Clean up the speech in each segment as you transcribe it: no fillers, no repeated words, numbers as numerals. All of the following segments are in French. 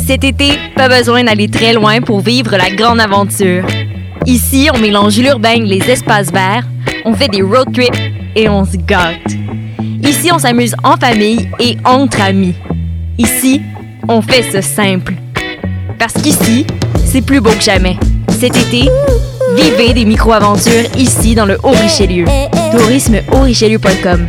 Cet été, pas besoin d'aller très loin pour vivre la grande aventure. Ici, on mélange l'urbain et les espaces verts, on fait des road trips et on se gâte. Ici, on s'amuse en famille et entre amis. Ici, on fait ce simple. Parce qu'ici, c'est plus beau que jamais. Cet été, vivez des micro-aventures ici dans le Haut-Richelieu. tourismehaut-richelieu.com.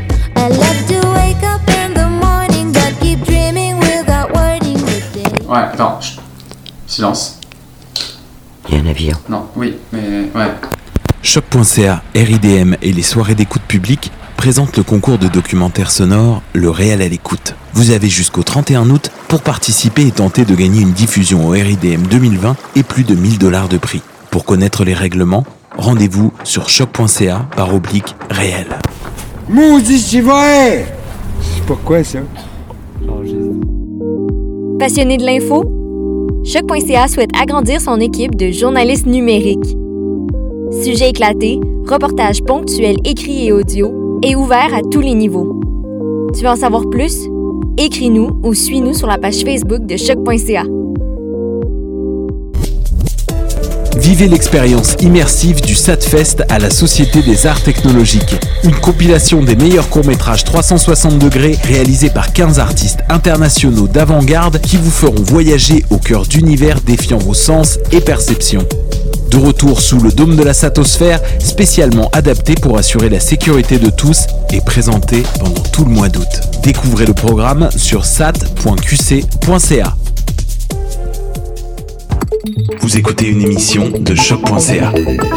Ouais, attends, silence. Il y a un avion. Non, oui, mais ouais. Choc.ca, RIDM et les soirées d'écoute publique présentent le concours de documentaire sonore Le Réel à l'écoute. Vous avez jusqu'au 31 août pour participer et tenter de gagner une diffusion au RIDM 2020 et plus de 1 000 $ de prix. Pour connaître les règlements, rendez-vous sur choc.ca/réel. Maudit, c'est vrai! C'est pas quoi ça? Passionné de l'info? Choc.ca souhaite agrandir son équipe de journalistes numériques. Sujets éclatés, reportages ponctuels écrits et audio et ouverts à tous les niveaux. Tu veux en savoir plus? Écris-nous ou suis-nous sur la page Facebook de Choc.ca. Vivez l'expérience immersive du SATFest à la Société des Arts Technologiques. Une compilation des meilleurs courts-métrages 360 degrés réalisés par 15 artistes internationaux d'avant-garde qui vous feront voyager au cœur d'univers défiant vos sens et perceptions. De retour sous le dôme de la Satosphère, spécialement adapté pour assurer la sécurité de tous et présenté pendant tout le mois d'août. Découvrez le programme sur sat.qc.ca. Vous écoutez une émission de choc.ca.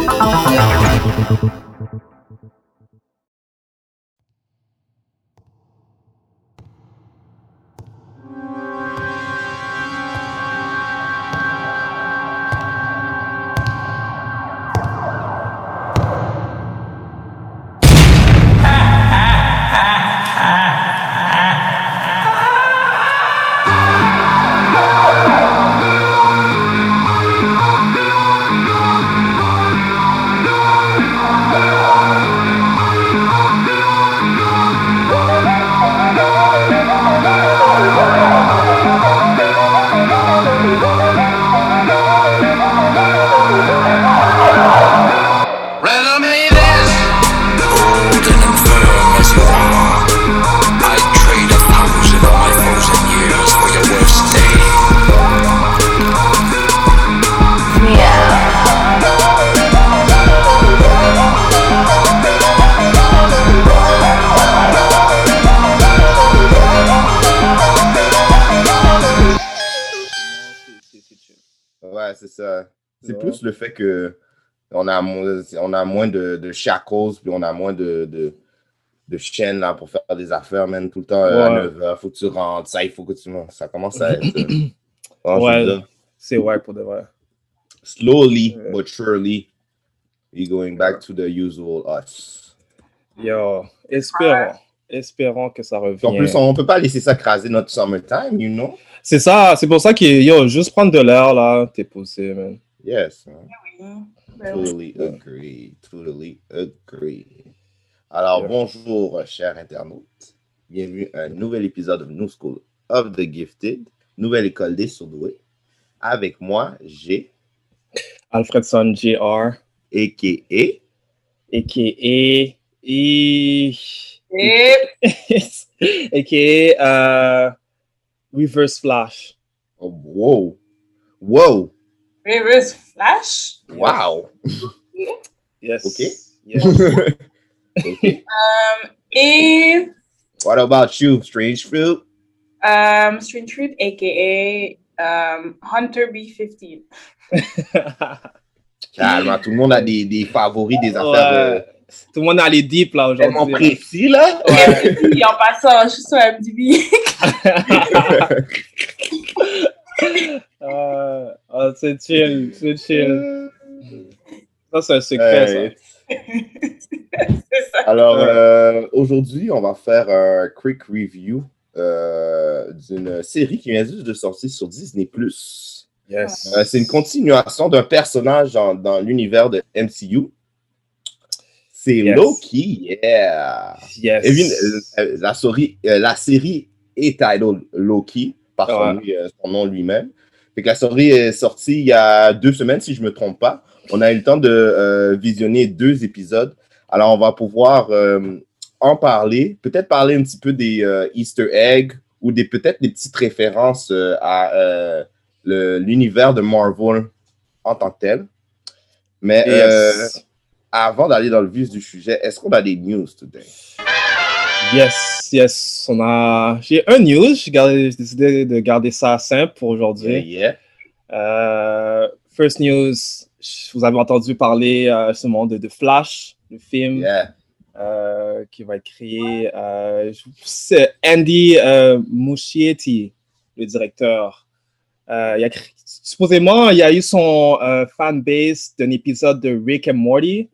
Ouais, c'est ça. C'est plus le fait que on a moins de shackles, puis on a moins de chaînes là, pour faire des affaires, man, tout le temps à 9h, faut que tu rentres, ça, il faut que tu... Ça commence à être... ouais, c'est ouais pour de vrai. Slowly, but surely, we're going back to the usual us. Yo, espérons que ça revienne. En plus, on peut pas laisser ça craser notre summertime, you know? C'est ça, c'est pour ça que, yo, juste prendre de l'air, là, t'es poussé, man. Yes, man. Totally agree. Alors, bonjour, chers internautes. Bienvenue à un nouvel épisode de New School of the Gifted, nouvelle école des surdoués. Avec moi, j'ai... Alfredson Jr. A.K.A. Reverse Flash. Oh, wow. Reverse Flash? Wow. Yes. Okay. Yes. Okay. Et... What about you, Strange Fruit? Strange Fruit, a.k.a. Hunter B15. Calme, tout le monde a des favoris, des affaires. Tout le monde a les deep là aujourd'hui. Tellement précis là. Ouais. Et en passant, je suis sur MDB. C'est chill. Ça, c'est un secret, ça. C'est ça. Alors, aujourd'hui, on va faire un quick review d'une série qui vient juste de sortir sur Disney+. Yes. C'est une continuation d'un personnage dans l'univers de MCU. C'est Loki, yeah. Yes. Et la série est titled Loki, par son nom lui-même. Fait que la série est sortie il y a 2 semaines, si je ne me trompe pas. On a eu le temps de visionner 2 épisodes. Alors, on va pouvoir en parler, peut-être parler un petit peu des Easter eggs ou peut-être des petites références à l'univers de Marvel en tant que tel. Mais avant d'aller dans le vif du sujet, est-ce qu'on a des news today? Yes. J'ai un news. J'ai décidé de garder ça simple pour aujourd'hui. First news, vous avez entendu parler seulement de Flash, le film qui va être créé. C'est Andy Muschietti, le directeur. Supposément, il y a eu son fanbase d'un épisode de Rick and Morty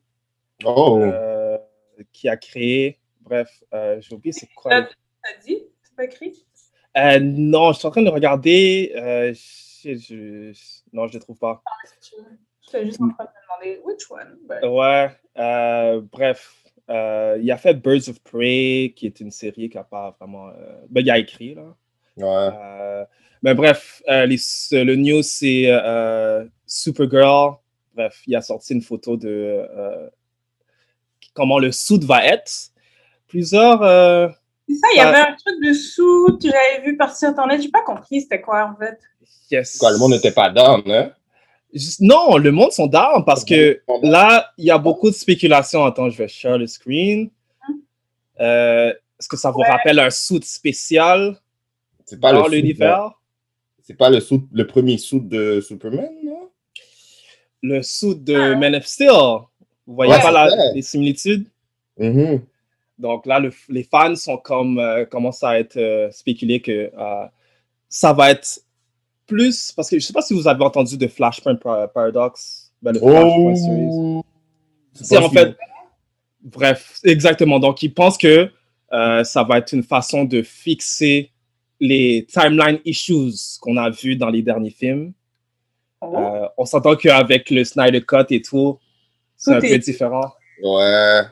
qui a créé. Bref, j'ai oublié c'est quoi. T'as dit? C'est pas écrit? Non, je suis en train de regarder. Non, je ne le trouve pas. J'étais juste en train de me demander which one. But... Ouais. Bref, il a fait Birds of Prey, qui est une série qui n'a pas vraiment. Il a écrit, là. Ouais. Mais bref, le news, c'est Supergirl. Bref, il a sorti une photo de comment le suit va être. Plusieurs. C'est ça, il y avait un truc de suit que j'avais vu par sur Internet. J'ai pas compris c'était quoi en fait. Yes. Quoi, le monde n'était pas down, hein? Non, le monde sont down parce que là, il y a beaucoup de spéculations. Attends, je vais share le screen. Est-ce que ça vous rappelle un suit spécial dans l'univers? C'est pas le premier suit de Superman, non? Le suit de Man of Steel. Vous voyez pas les similitudes? Mm-hmm. Donc là, les fans sont commencent à être spéculés que ça va être plus... Parce que je ne sais pas si vous avez entendu de Flashpoint Paradox. Le Flashpoint Series. C'est en fait... Bref, exactement. Donc, ils pensent que ça va être une façon de fixer les timeline issues qu'on a vus dans les derniers films. On s'entend qu'avec le Snyder Cut et tout, c'est un peu différent. Ouais.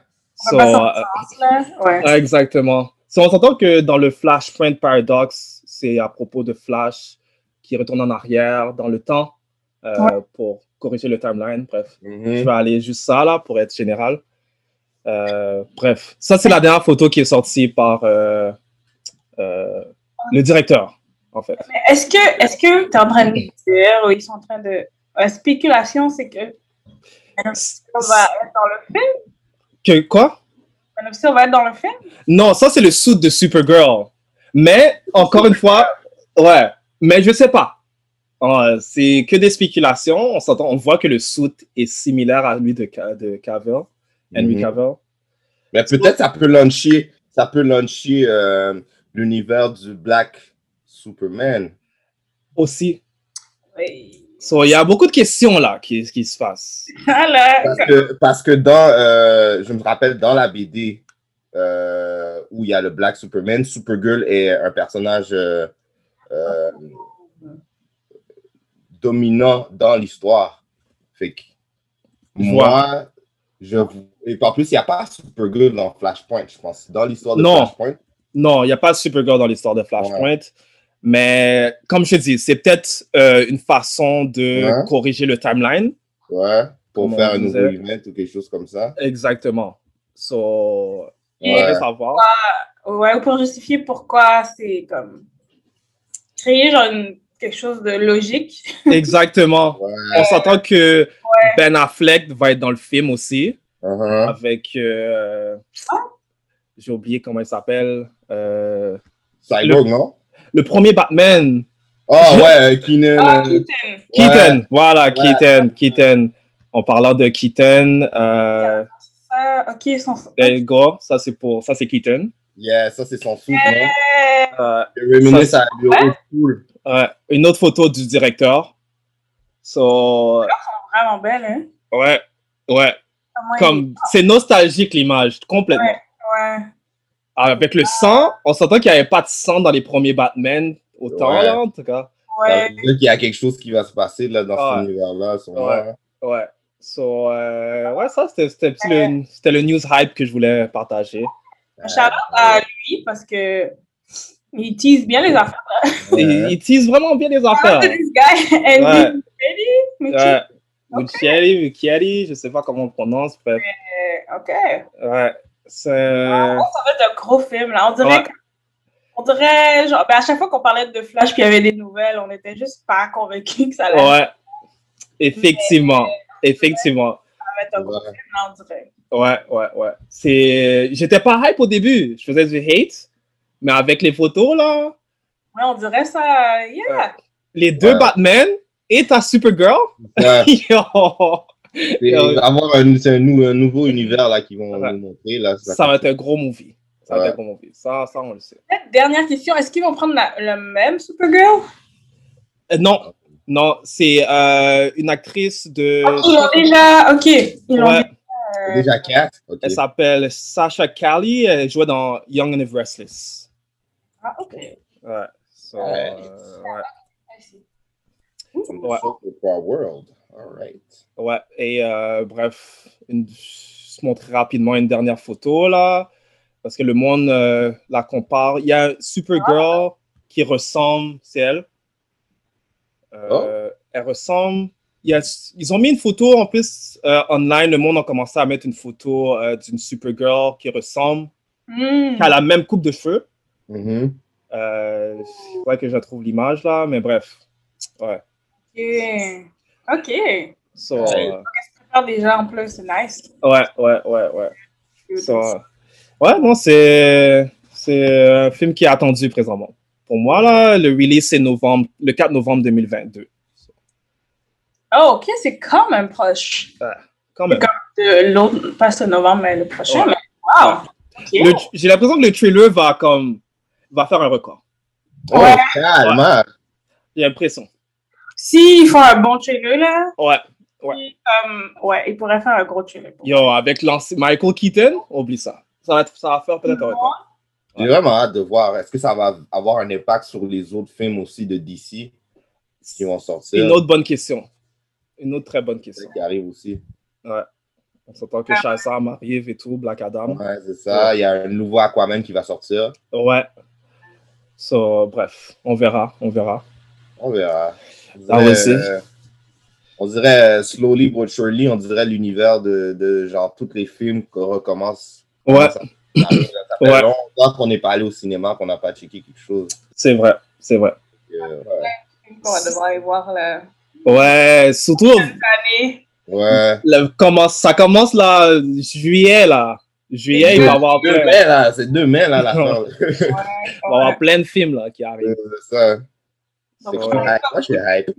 Exactement. On s'entend que dans le Flashpoint Paradox, c'est à propos de Flash qui retourne en arrière dans le temps pour corriger le timeline. Bref, je vais aller juste ça là pour être général. Bref, ça c'est la dernière photo qui est sortie par le directeur, en fait. Mais est-ce que tu es en train de dire, ou ils sont en train de... La spéculation, c'est que Man of Steel va être dans le film? Que quoi? Man of Steel va être dans le film? Non, ça c'est le suit de Supergirl. Mais, encore une fois, mais je sais pas. C'est que des spéculations. On voit que le suit est similaire à lui de Cavill, Henry Cavill. Mais peut-être ça peut launcher l'univers du Black Superman. Aussi. Oui. Il y a beaucoup de questions là qui se passent. Parce que je me rappelle dans la BD où il y a le Black Superman, Supergirl est un personnage dominant dans l'histoire. Fait que moi, et en plus, il n'y a pas Supergirl dans Flashpoint, je pense. Dans l'histoire de Flashpoint. Non, il n'y a pas Supergirl dans l'histoire de Flashpoint. Ouais. Mais comme je te dis, c'est peut-être une façon de corriger le timeline. Ouais, pour faire un nouveau event ou quelque chose comme ça. Exactement. On va savoir. Ouais, ou pour justifier pourquoi c'est comme créer genre quelque chose de logique. Exactement. On s'entend que Ben Affleck va être dans le film aussi. Avec... j'ai oublié comment il s'appelle. Cyborg, non? Le premier Batman. Keaton. Keaton, voilà, Keaton. En parlant de Keaton, ça c'est Keaton. Yeah, ça c'est son sou, non? Une autre photo du directeur. Elles sont vraiment belles, hein? Ouais. Comme, c'est nostalgique l'image, complètement. Ouais. Avec le sang, on s'entend qu'il n'y avait pas de sang dans les premiers Batman, autant là, en tout cas. Ça veut dire qu'il y a quelque chose qui va se passer là, dans cet univers-là. Ça, c'était le news hype que je voulais partager. Shout-out à lui, parce que Il tease bien les affaires. Il tease vraiment bien les affaires. This guy, and Muccielli, je sais pas comment on le prononce. Bref. OK. Ouais. Ça va être un gros film, là. On dirait genre, à chaque fois qu'on parlait de Flash puis il y avait des nouvelles, on était juste pas convaincus que ça allait. Ouais. Effectivement. Ça va être un gros film, là, on dirait. Ouais. J'étais pas hype au début. Je faisais du hate. Mais avec les photos, là. Ouais, on dirait ça. Yeah. Les deux Batman et ta Supergirl. Ouais. C'est un nouveau univers là qu'ils vont nous montrer. Là, ça va être un gros movie. Ça, on le sait. Dernière question. Est-ce qu'ils vont prendre le même Supergirl? Non, c'est une actrice de. Ils l'ont déjà. OK. Ils l'ont déjà cast. Okay. Elle s'appelle Sasha Cali. Elle jouait dans Young and the Restless. Ah, OK. Ouais. So, World. All right. Ouais. Et bref, je montrer rapidement une dernière photo là. Parce que le monde la compare. Il y a Supergirl qui ressemble, c'est elle. Elle ressemble. Ils ont mis une photo en plus online. Le monde a commencé à mettre une photo d'une Supergirl qui ressemble, qui a la même coupe de cheveux. Il faudrait que je trouve l'image là, mais bref. Ouais. OK. So, qu'est-ce que tu faire déjà en plus? C'est nice. Ouais. So, non, c'est un film qui est attendu présentement. Pour moi, là, le release, c'est le 4 novembre 2022. Oh, OK, c'est quand même proche. Quand même. Comme l'autre, pas ce novembre, mais le prochain. Mais wow. Okay. J'ai l'impression que le trailer va faire un record. Ouais, calme. J'ai l'impression. S'ils font un bon trailer, là. Ouais. Ils pourraient faire un gros trailer. Avec Michael Keaton, oublie ça. Ça va faire peut-être un record. J'ai vraiment hâte de voir. Est-ce que ça va avoir un impact sur les autres films aussi de DC qui vont sortir? Une autre bonne question. Une autre très bonne question. Qui arrive aussi. Ouais. On s'entend que Shazam arrive et tout, Black Adam. Ouais, c'est ça. Il y a un nouveau Aquaman qui va sortir. Ouais. So, bref, on verra. On dirait slowly but surely, on dirait l'univers de genre tous les films qu'on recommence. Ouais. Ça fait longtemps qu'on n'est pas allé au cinéma, qu'on n'a pas checké quelque chose. C'est vrai. On va devoir aller voir Ouais, surtout. Ouais. Ça commence là, juillet là. Juillet, il va y avoir plein. C'est 2 mai là, la fin. Il va y avoir plein de films là qui arrivent. C'est ça. Moi, je suis hype.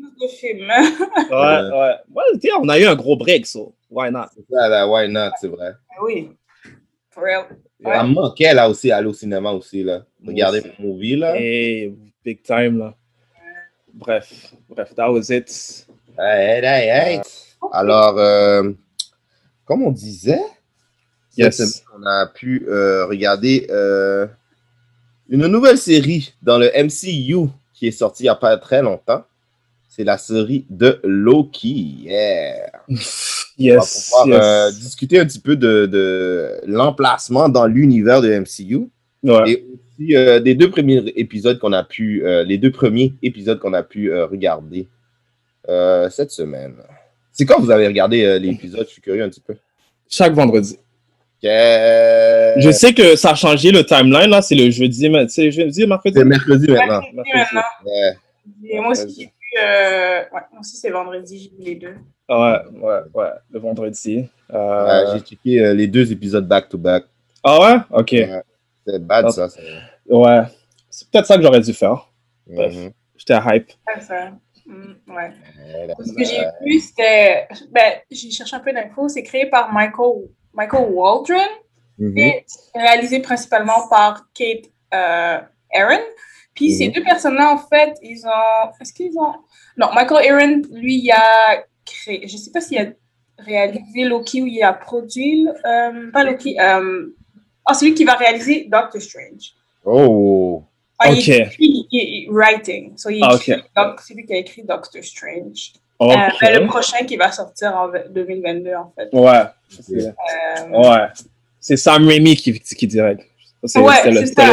Ouais, on a eu un gros break, so why not? C'est ça, là, why not, c'est vrai. Oui. For real. Ça me manquait là aussi, aller au cinéma aussi, là. Regarder mon movie, là. Hey, big time, là. Bref, that was it. Hey. Alors, comme on disait, on a pu regarder une nouvelle série dans le MCU qui est sortie il n'y a pas très longtemps. C'est la série de Loki. Yeah! On va pouvoir discuter un petit peu de l'emplacement dans l'univers de MCU. Ouais. Et aussi des deux premiers épisodes qu'on a pu regarder cette semaine. C'est quand vous avez regardé l'épisode? Je suis curieux un petit peu. Chaque vendredi. Je sais que ça a changé le timeline, là. C'est le jeudi, c'est jeudi, mercredi? C'est mercredi maintenant. Ouais. Et moi aussi, c'est vendredi, j'ai vu les deux. Ouais, le vendredi. J'ai checké les 2 épisodes back-to-back. Ah ouais? Ok. Ouais. C'est bad, ça. Ouais. C'est peut-être ça que j'aurais dû faire. Bref, j'étais hype. C'est ça. Ouais. Ce que j'ai vu, c'était... j'ai cherché un peu d'infos. C'est créé par Michael Waldron et réalisé principalement par Kate Aaron. Puis ces deux personnes-là, en fait, ils ont... Est-ce qu'ils ont... Non, Michael Aaron, lui, il a créé... Je ne sais pas s'il a réalisé Loki ou il a produit... pas Loki... c'est lui qui va réaliser Doctor Strange. Oh! Il écrit writing. So, c'est lui qui a écrit Doctor Strange. Le prochain qui va sortir en 2022, en fait. Ouais. C'est Sam Raimi qui dirige. C'est ça.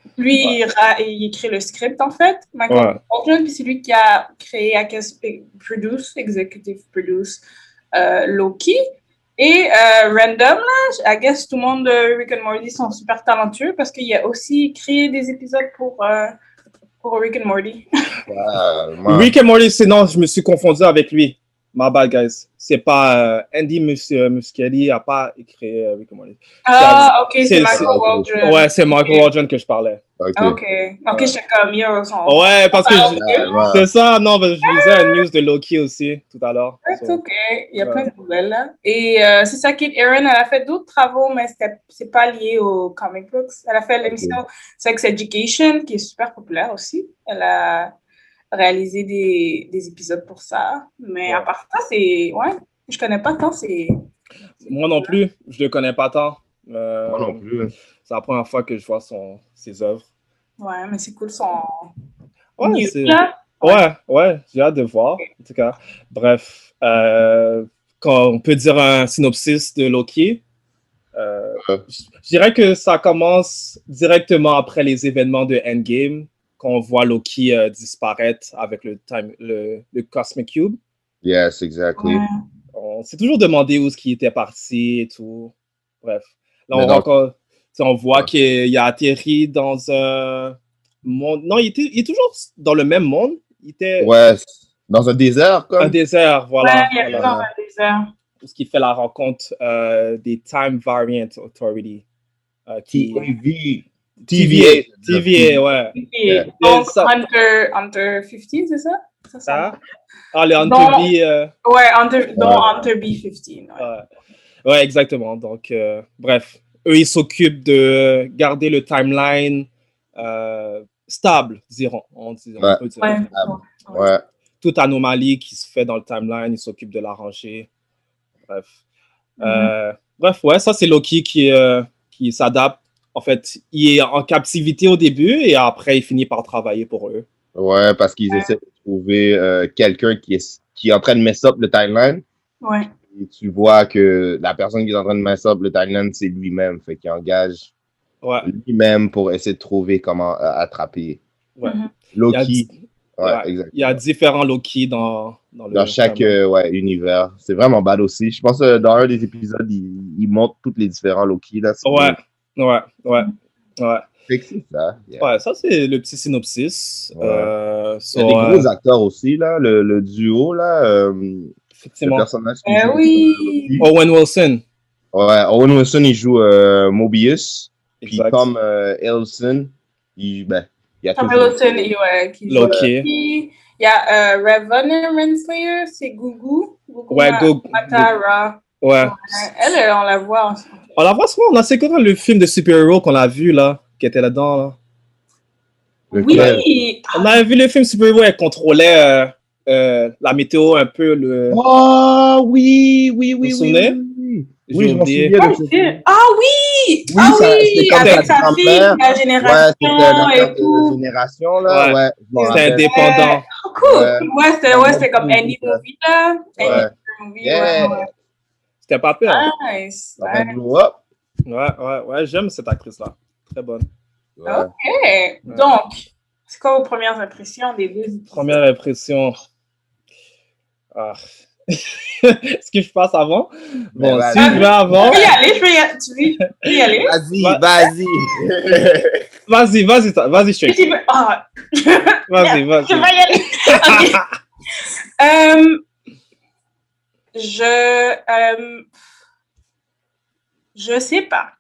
Lui, il écrit le script, en fait, Michael Waldron, puis c'est lui qui a créé, executive produce Loki. Et Random, là, I guess tout le monde de Rick and Morty sont super talentueux parce qu'il a aussi créé des épisodes pour Rick and Morty. Rick and Morty, non, je me suis confondu avec lui. My bad, guys. C'est pas Andy Muschietti n'a pas écrit Rick and Morty. Ah, ok, c'est Michael Waldron. Ouais, c'est Michael Waldron que je parlais. Ok, j'étais comme ouais, parce que c'est ça, non, je lisais une news de Loki aussi tout à l'heure. C'est ok, il y a plein de nouvelles là. Et c'est ça, Kate Herron, elle a fait d'autres travaux, mais c'est pas lié aux comic books. Elle a fait l'émission Sex Education, qui est super populaire aussi. Elle a réalisé des épisodes pour ça. Mais à part ça, je connais pas tant. Moi non plus, je le connais pas tant. Moi non plus. C'est la première fois que je vois ses œuvres. Ouais, mais c'est cool son. Ouais, j'ai hâte de voir. En tout cas, bref, quand on peut dire un synopsis de Loki, je dirais que ça commence directement après les événements de Endgame, quand on voit Loki disparaître avec le Cosmic Cube. Yes, exactly. On s'est toujours demandé où est-ce qu'il était parti et tout. Bref, là on voit qu'il a atterri dans un monde. Non, il est toujours dans le même monde. Ouais, dans un désert, comme. Un désert, voilà. Ouais, il est dans un désert. Ce qui fait la rencontre des Time Variant Authority. TVA, ouais. Donc, Hunter 50, c'est ça? Les Hunter B. Hunter B-15. Ouais, exactement. Donc, bref, eux, ils s'occupent de garder le timeline stable, on peut dire. Ouais. Toute anomalie qui se fait dans le timeline, ils s'occupent de l'arranger. Bref. Bref, ouais, ça, c'est Loki qui s'adapte. En fait, il est en captivité au début et après, il finit par travailler pour eux. Ouais, parce qu'ils essaient de trouver quelqu'un qui est en train de mess up le timeline. Ouais. Et tu vois que la personne qui est en train de mess up le timeline, c'est lui-même. Fait qu'il engage lui-même pour essayer de trouver comment attraper Loki. Il y a différents Loki dans chaque univers. C'est vraiment bad aussi. Je pense que dans un des épisodes, il montre tous les différents Loki. Là, ouais. Fait que c'est ça. Yeah. Ouais, ça, c'est le petit synopsis. Il y a des gros acteurs aussi, là. Le duo, là. Effectivement. Le personnage qui joue. Oui. Owen Wilson. Ouais, Owen Wilson, il joue Mobius. Puis Tom Hiddleston, il y a Tom Hiddleston, qui joue Loki. Il y a Ravonna Renslayer, c'est Gugu. Matara. Ouais. Elle, on la voit. On la voit souvent. On a c'est quoi le film de super-héros qu'on a vu, là, qui était là-dedans, là? Oui! On avait vu le film super-héros, elle contrôlait la météo un peu. Oh, oui! Vous vous souvenez? Oui, je m'en souviens. Oui, avec sa fille, la génération et tout. Génération, là. Ouais. C'était indépendant. Cool. Ouais, c'était comme Andy Movie, là. C'était pas pire. Nice. Ouais, j'aime cette actrice-là. Très bonne. Ouais. Ok. Donc, c'est quoi vos premières impressions des deux épisodes? Première impression. Est-ce que je passe avant? Bon, si je vais avant. Je peux y aller. Tu veux y aller? Vas-y. Vas-y, je suis. Vas-y. Je vais y aller. Je sais pas.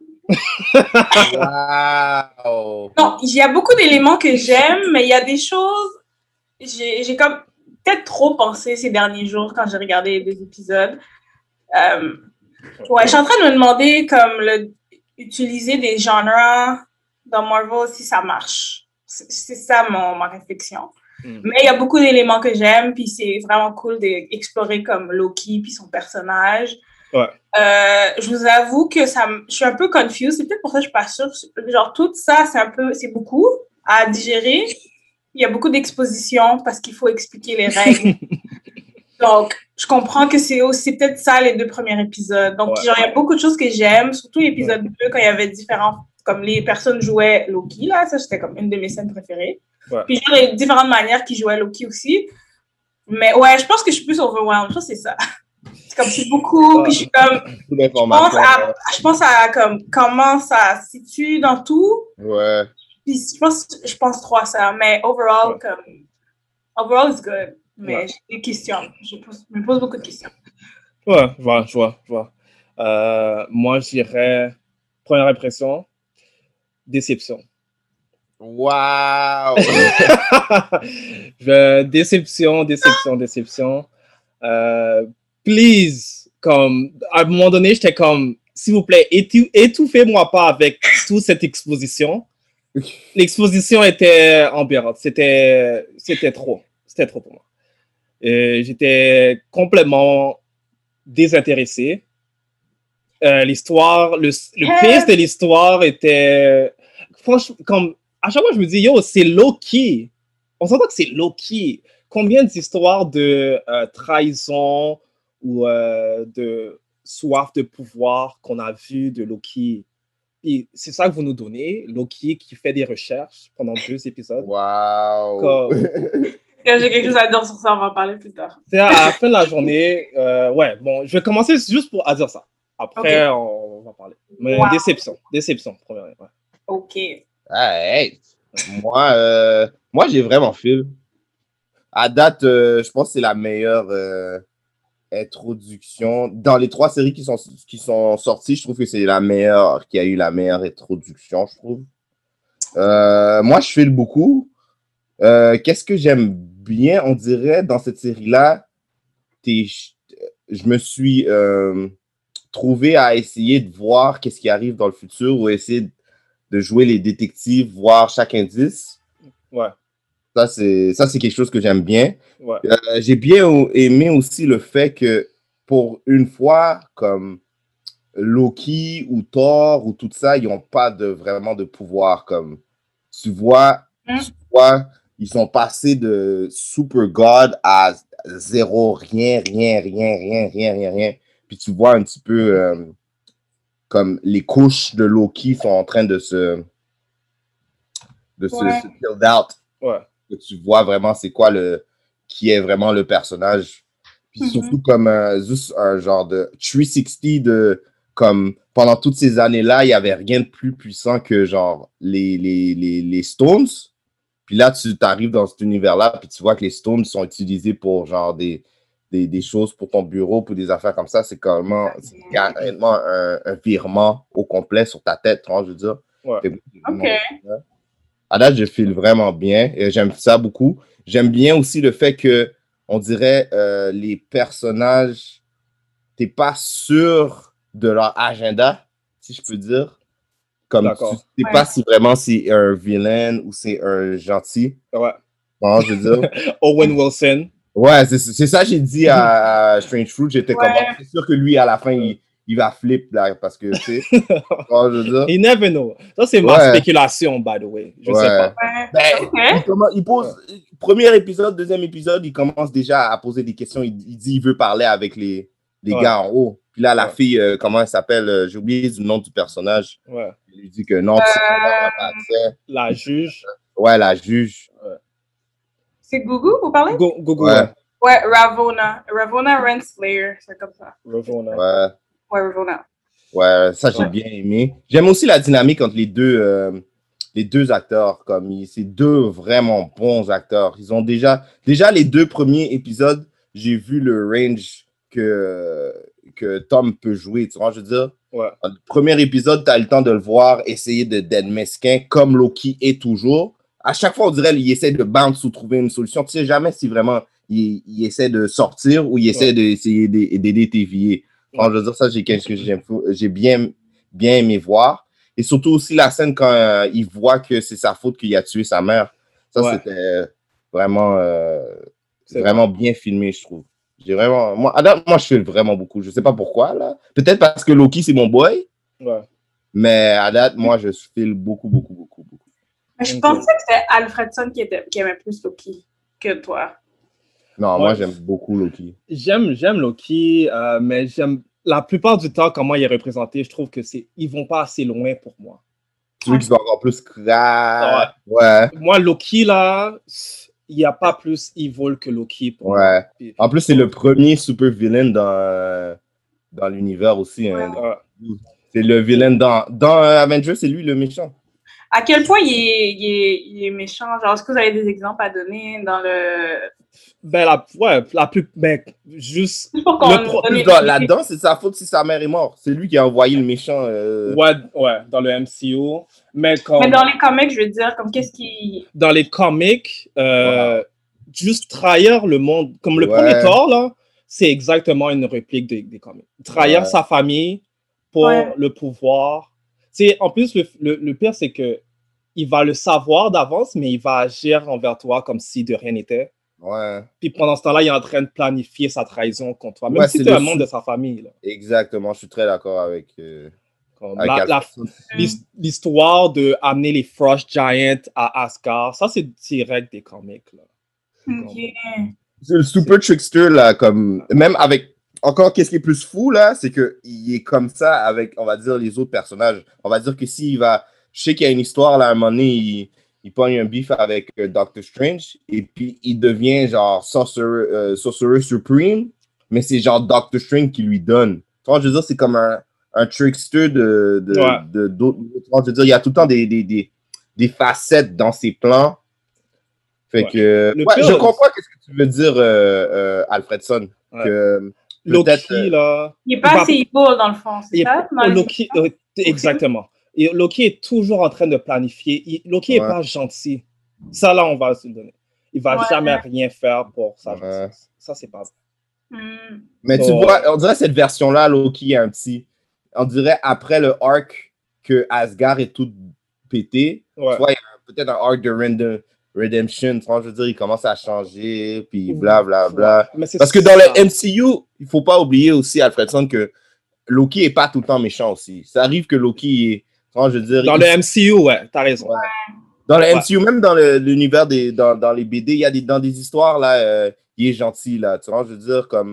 Wow. Non, il y a beaucoup d'éléments que j'aime, mais il y a des choses. J'ai comme peut-être trop pensé ces derniers jours quand j'ai regardé les deux épisodes. Je suis en train de me demander comme utiliser des genres dans Marvel si ça marche. C'est ça ma réflexion. Mais il y a beaucoup d'éléments que j'aime, puis c'est vraiment cool d'explorer comme Loki puis son personnage. Ouais. Je vous avoue que je suis un peu confuse. C'est peut-être pour ça que je suis pas sûre. Genre tout ça, c'est beaucoup à digérer. Il y a beaucoup d'expositions parce qu'il faut expliquer les règles. Donc, je comprends que c'est peut-être ça les deux premiers épisodes. Donc, genre, il y a beaucoup de choses que j'aime, surtout l'épisode 2 quand il y avait différents comme les personnes jouaient Loki, là, ça, c'était comme une de mes scènes préférées. Ouais. Puis genre, il y a différentes manières qu'ils jouaient Loki aussi. Mais ouais, je pense que je suis plus overwhelmed. Je pense que c'est ça. C'est comme c'est beaucoup, puis je suis comme... Je pense à comme, comment ça se situe dans tout. Ouais. Puis je pense trop à ça. Mais overall, comme... Overall, it's good. Mais j'ai des questions. Je me pose beaucoup de questions. Ouais, je vois. Moi, je dirais, première impression, déception. Wow! Déception. Please, comme, à un moment donné, j'étais comme, s'il vous plaît, étouffez-moi pas avec toute cette exposition. L'exposition était ambiante. C'était trop. C'était trop pour moi. J'étais complètement désintéressé. L'histoire, le pire de l'histoire était... Franchement, comme, à chaque fois, je me dis, yo, c'est Loki. On s'entend que c'est Loki. Combien d'histoires de trahison ou de soif de pouvoir qu'on a vu de Loki? Et c'est ça que vous nous donnez, Loki qui fait des recherches pendant 2 épisodes. Wow! J'ai quelque chose à dire sur ça, on va en parler plus tard. C'est à la fin de la journée, je vais commencer juste à dire ça. Après, on va parler. Mais déception, première. Ouais. OK. Hey, moi, j'ai vraiment feel. À date, je pense que c'est la meilleure introduction. Dans les 3 séries qui sont sorties, je trouve que c'est la meilleure, qui a eu la meilleure introduction, je trouve. Moi, je feel beaucoup. Qu'est-ce que j'aime bien, on dirait, dans cette série-là? Je me suis trouvé à essayer de voir qu'est-ce qui arrive dans le futur ou essayer de jouer les détectives, voir chaque indice. Ouais. Ça, c'est quelque chose que j'aime bien. Ouais. J'ai bien aimé aussi le fait que, pour une fois, comme Loki ou Thor ou tout ça, ils n'ont pas vraiment de pouvoir. Comme, tu vois, ils sont passés de super god à zéro, rien. Puis tu vois un petit peu comme les couches de Loki sont en train de se build out. Ouais. Que tu vois vraiment c'est quoi qui est vraiment le personnage. Puis surtout comme juste un genre de 360 de comme pendant toutes ces années-là, il n'y avait rien de plus puissant que genre les Stones. Puis là, tu arrives dans cet univers-là, puis tu vois que les Stones sont utilisés pour genre des choses pour ton bureau, pour des affaires comme ça. C'est carrément un virement au complet sur ta tête, je veux dire. Ouais. OK. À date, je file vraiment bien. Et j'aime ça beaucoup. J'aime bien aussi le fait que, on dirait, les personnages, t'es pas sûr de leur agenda, si je peux dire. Comme tu sais pas si vraiment c'est un vilain ou c'est un gentil. Ouais. Non, je veux dire. Owen Wilson. Ouais, c'est ça que j'ai dit à Strange Fruit. J'étais comme, c'est sûr que lui, à la fin, il va flip, là, parce que, tu sais, je veux dire. You never know. Ça, c'est ma spéculation, by the way. Je sais pas. Il pose, premier épisode, deuxième épisode, il commence déjà à poser des questions. Il dit il veut parler avec les gars en haut. Puis là, la fille, comment elle s'appelle? J'ai oublié le nom du personnage. Ouais. Il lui dit que non, la juge. Ouais, la juge. Ouais. C'est Gugu, vous parlez? Gugu, ouais, Ravonna. Ravonna Renslayer, c'est comme ça. Ravonna. Ouais, Ravonna. Ouais, ça, j'ai bien aimé. J'aime aussi la dynamique entre les deux acteurs. Comme c'est 2 vraiment bons acteurs. Ils ont déjà les 2 premiers épisodes, j'ai vu le range que Tom peut jouer, tu vois, je veux dire. Ouais. Dans le premier épisode, tu as le temps de le voir essayer d'être mesquin, comme Loki est toujours. À chaque fois, on dirait qu'il essaie de bounce ou trouver une solution. Tu sais jamais si vraiment il essaie de sortir ou il essaie d'essayer d'aider TVA. Enfin, je veux dire, ça, j'ai bien aimé voir. Et surtout aussi la scène quand il voit que c'est sa faute qu'il a tué sa mère. Ça, c'était vraiment, vraiment bien filmé, je trouve. Moi, je file vraiment beaucoup. Je sais pas pourquoi, là. Peut-être parce que Loki, c'est mon boy. Ouais. Mais à date, moi, je file beaucoup. Je pensais que c'était Alfredson qui aimait plus Loki que toi. Non, moi, j'aime beaucoup Loki. J'aime Loki, mais j'aime la plupart du temps comment il est représenté. Je trouve que ils vont pas assez loin pour moi. Celui qui se voit encore plus crack. Ouais. Moi, Loki, là, il n'y a pas plus evil que Loki. Ouais. En plus, c'est le premier super villain dans l'univers aussi. Hein. C'est le villain dans Avengers, c'est lui le méchant. À quel point il est méchant? Genre, est-ce que vous avez des exemples à donner dans le... Juste... Là-dedans, c'est sa faute si sa mère est morte. C'est lui qui a envoyé le méchant. Ouais, dans le MCU. Mais dans les comics, je veux dire, comme qu'est-ce qui... Dans les comics, juste trahir le monde. Comme le premier Thor, là, c'est exactement une réplique des comics. Trahir sa famille pour le pouvoir. T'sais, en plus, le pire, c'est que il va le savoir d'avance, mais il va agir envers toi comme si de rien n'était. Ouais. Puis pendant ce temps-là, il est en train de planifier sa trahison contre toi, même si tu es un membre de sa famille. Là. Exactement, je suis très d'accord avec l'histoire de amener les Frost Giants à Asgard, ça c'est direct des comics. Là. C'est le super trickster, là, comme même avec encore, qu'est-ce qui est plus fou, là, c'est qu'il est comme ça avec, on va dire, les autres personnages. On va dire que s'il va... Je sais qu'il y a une histoire, là, à un moment donné, il pogne un beef avec Doctor Strange, et puis il devient, genre, Sorcerer Supreme, mais c'est genre Doctor Strange qui lui donne. Tu vois, je veux dire, c'est comme un trickster d'autres... Je veux dire, il y a tout le temps des facettes dans ses plans. Fait que... je comprends ce que tu veux dire, Alfredson, que... Loki, là... Il n'est pas assez evil, dans le fond, c'est ça? Loki, exactement. Et Loki est toujours en train de planifier. Loki n'est pas gentil. Ça, là, on va se le donner. Il ne va jamais rien faire pour sa justice. Ça, c'est pas vrai. Mais tu vois, on dirait cette version-là, Loki est un petit... On dirait après le arc que Asgard est tout pété, tu vois, il y a peut-être un arc de Redemption, je veux dire, il commence à changer, puis blablabla. Parce que dans le MCU, il faut pas oublier aussi, Alfredson, que Loki est pas tout le temps méchant aussi. Ça arrive que Loki est, je veux dire... Dans le MCU, t'as raison. Ouais. Dans le MCU, même dans l'univers dans les BD, il y a dans des histoires, là, il est gentil, là, tu vois, je veux dire, comme...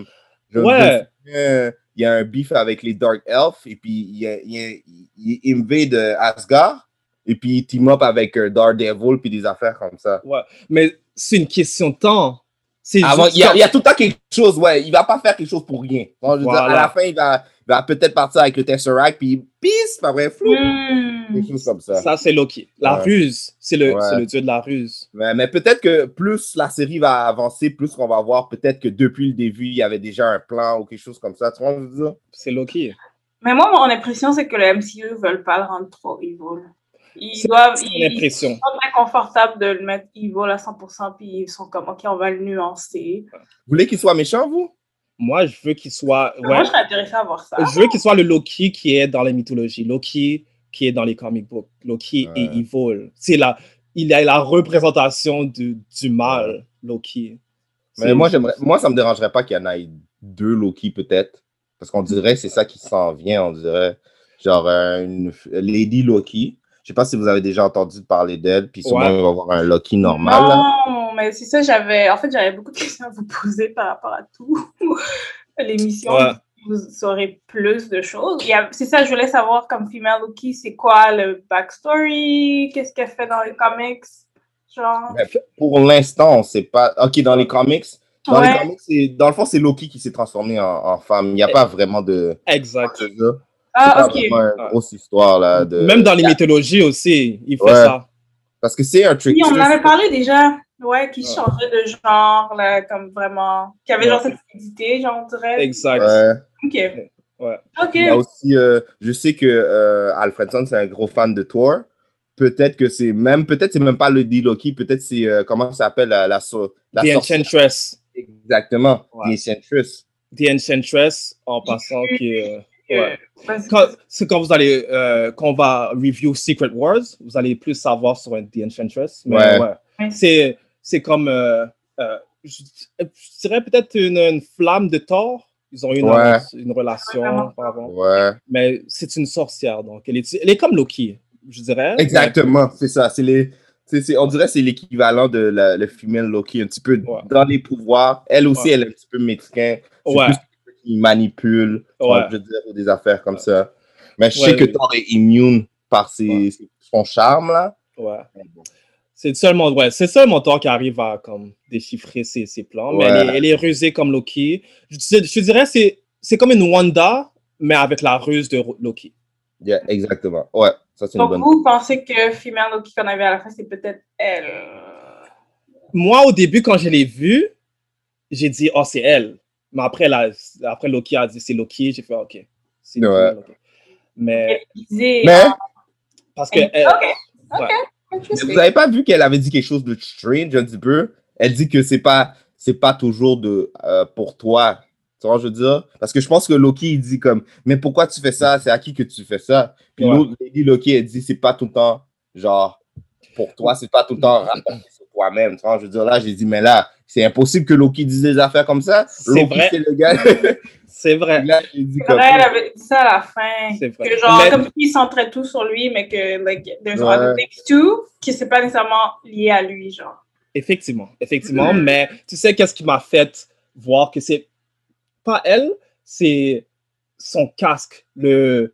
il y a un beef avec les Dark Elves, et puis il invade Asgard, et puis il team up avec Daredevil, puis des affaires comme ça. Ouais, mais c'est une question de temps. Il y a tout le temps quelque chose, il va pas faire quelque chose pour rien. Bon, je veux dire, à la fin, il va peut-être partir avec le Tesseract, puis pisse, pas vrai, flou. Quelque chose comme ça. Ça, c'est Loki. La ruse, c'est le dieu de la ruse. Mais peut-être que plus la série va avancer, plus on va voir peut-être que depuis le début, il y avait déjà un plan ou quelque chose comme ça. Tu vois, je veux dire? C'est Loki. Mais moi, mon impression, c'est que le MCU ne veulent pas le rendre trop evil. Ils sont très confortables de le mettre evil à 100%, puis ils sont comme, OK, on va le nuancer. Vous voulez qu'il soit méchant, vous? Moi, je veux qu'il soit... Moi, je serais intéressée à voir ça. Je veux qu'il soit le Loki qui est dans les mythologies. Loki qui est dans les comic books. Loki est evil. Il a la représentation du mal, Loki. Mais moi, ça me dérangerait pas qu'il y en ait 2 Loki, peut-être. Parce qu'on dirait que c'est ça qui s'en vient, on dirait. Genre, une Lady Loki. Je sais pas si vous avez déjà entendu parler d'elle, puis sûrement, on va avoir un Loki normal. Non, mais c'est ça, j'avais beaucoup de questions à vous poser par rapport à tout. L'émission, vous saurez plus de choses. C'est ça, je voulais savoir, comme Female Loki, c'est quoi le backstory? Qu'est-ce qu'elle fait dans les comics? Genre... Pour l'instant, on sait pas. OK, dans les comics, dans le fond, c'est Loki qui s'est transformé en femme. Il n'y a pas vraiment de... Exact. OK. C'est pas une grosse histoire, là. Même dans les mythologies aussi, il fait ça. Parce que c'est un trick. Oui, on en avait parlé déjà. Ouais, qui changeait de genre, là, comme vraiment... Qui avait genre cette fluidité, genre, on dirait. Exact. OK. OK. Il y a aussi... je sais que Alfredson, c'est un gros fan de Thor. Peut-être que c'est même pas le D-Loki. Peut-être c'est... comment ça s'appelle? The Enchantress. Exactement. The Enchantress. The Enchantress, en passant, qui est... Quand vous allez quand on va review Secret Wars, vous allez plus savoir sur The Enchantress. Mais c'est comme je dirais peut-être une flamme de Thor. Ils ont eu une relation avant. Mais c'est une sorcière, donc elle est comme Loki, je dirais. Exactement, c'est ça. On dirait que c'est l'équivalent de le femelle Loki, un petit peu dans les pouvoirs. Elle aussi, elle est un petit peu mexicain. Il manipule, je veux dire, des affaires comme ça. Mais je sais que Thor est immune par son charme, là. Ouais. C'est seulement Thor qui arrive à comme, déchiffrer ses plans, mais elle est rusée comme Loki. Je dirais que c'est comme une Wanda, mais avec la ruse de Loki. Yeah, exactement. Ouais, ça c'est une bonne. Donc, vous pensez que Female Loki qu'on avait à la fin, c'est peut-être elle? Moi, au début, quand je l'ai vue, j'ai dit, oh, c'est elle. Mais après Loki a dit, c'est Loki. J'ai fait, OK. C'est Loki. Mais parce que... OK. Vous n'avez pas vu qu'elle avait dit quelque chose de strange un petit peu? Elle dit que c'est pas toujours pour toi. Tu vois, je veux dire? Parce que je pense que Loki, il dit comme, mais pourquoi tu fais ça? C'est à qui que tu fais ça? Puis l'autre, Lady Loki, elle dit, c'est pas tout le temps, genre, pour toi, c'est pas tout le temps rapporté sur toi-même. Tu vois, je veux dire, là, j'ai dit, mais là, c'est impossible que Loki dise des affaires comme ça. C'est Loki, vrai. c'est le gars. C'est vrai. Là, j'ai dit elle avait dit ça à la fin. C'est vrai. Que genre, comme s'il centrait tout sur lui, mais que, like, there's other things too, que c'est pas nécessairement lié à lui, genre. Effectivement. Mais tu sais, qu'est-ce qui m'a fait voir que c'est pas elle, c'est son casque. The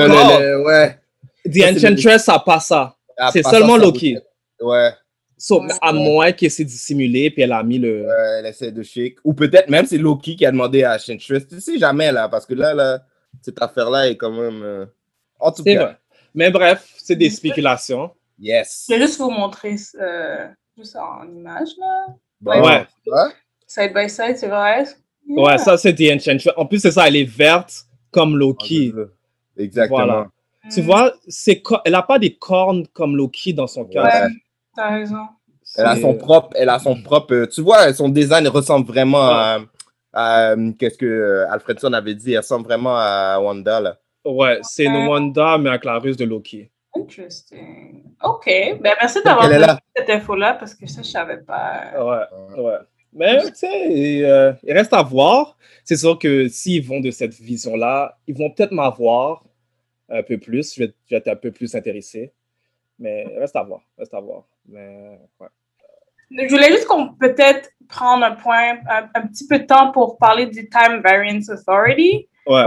Enchantress, ça pas ça. C'est seulement Loki. Ouais. À moins qu'elle s'est dissimulée, puis elle a mis le... elle essaie de shake. Ou peut-être même c'est Loki qui a demandé à Enchantress. Tu sais jamais, là, parce que là cette affaire-là est quand même... En tout cas. C'est vrai. Mais bref, c'est des spéculations. Yes. Je vais juste vous montrer juste en image, là. Ouais. Side by side, c'est vrai? Yeah. Ouais, ça, c'est The Enchantress. En plus, c'est ça, elle est verte comme Loki. Exactement. Voilà. Tu vois, elle n'a pas des cornes comme Loki dans son casque. Ouais, t'as raison. Elle a son propre... Tu vois, son design ressemble vraiment à qu'est-ce que Alfredson avait dit. Elle ressemble vraiment à Wanda, là. Ouais, c'est une Wanda, mais avec la ruse de Loki. Interesting. OK. Ben, merci d'avoir donné cette info-là, parce que ça, je savais pas. Ouais. Mais, tu sais, il reste à voir. C'est sûr que s'ils vont de cette vision-là, ils vont peut-être m'avoir un peu plus. Je vais être un peu plus intéressé. Mais reste à voir. Mais, ouais. Je voulais juste qu'on peut-être prendre un petit peu de temps pour parler du Time Variance Authority. Ouais.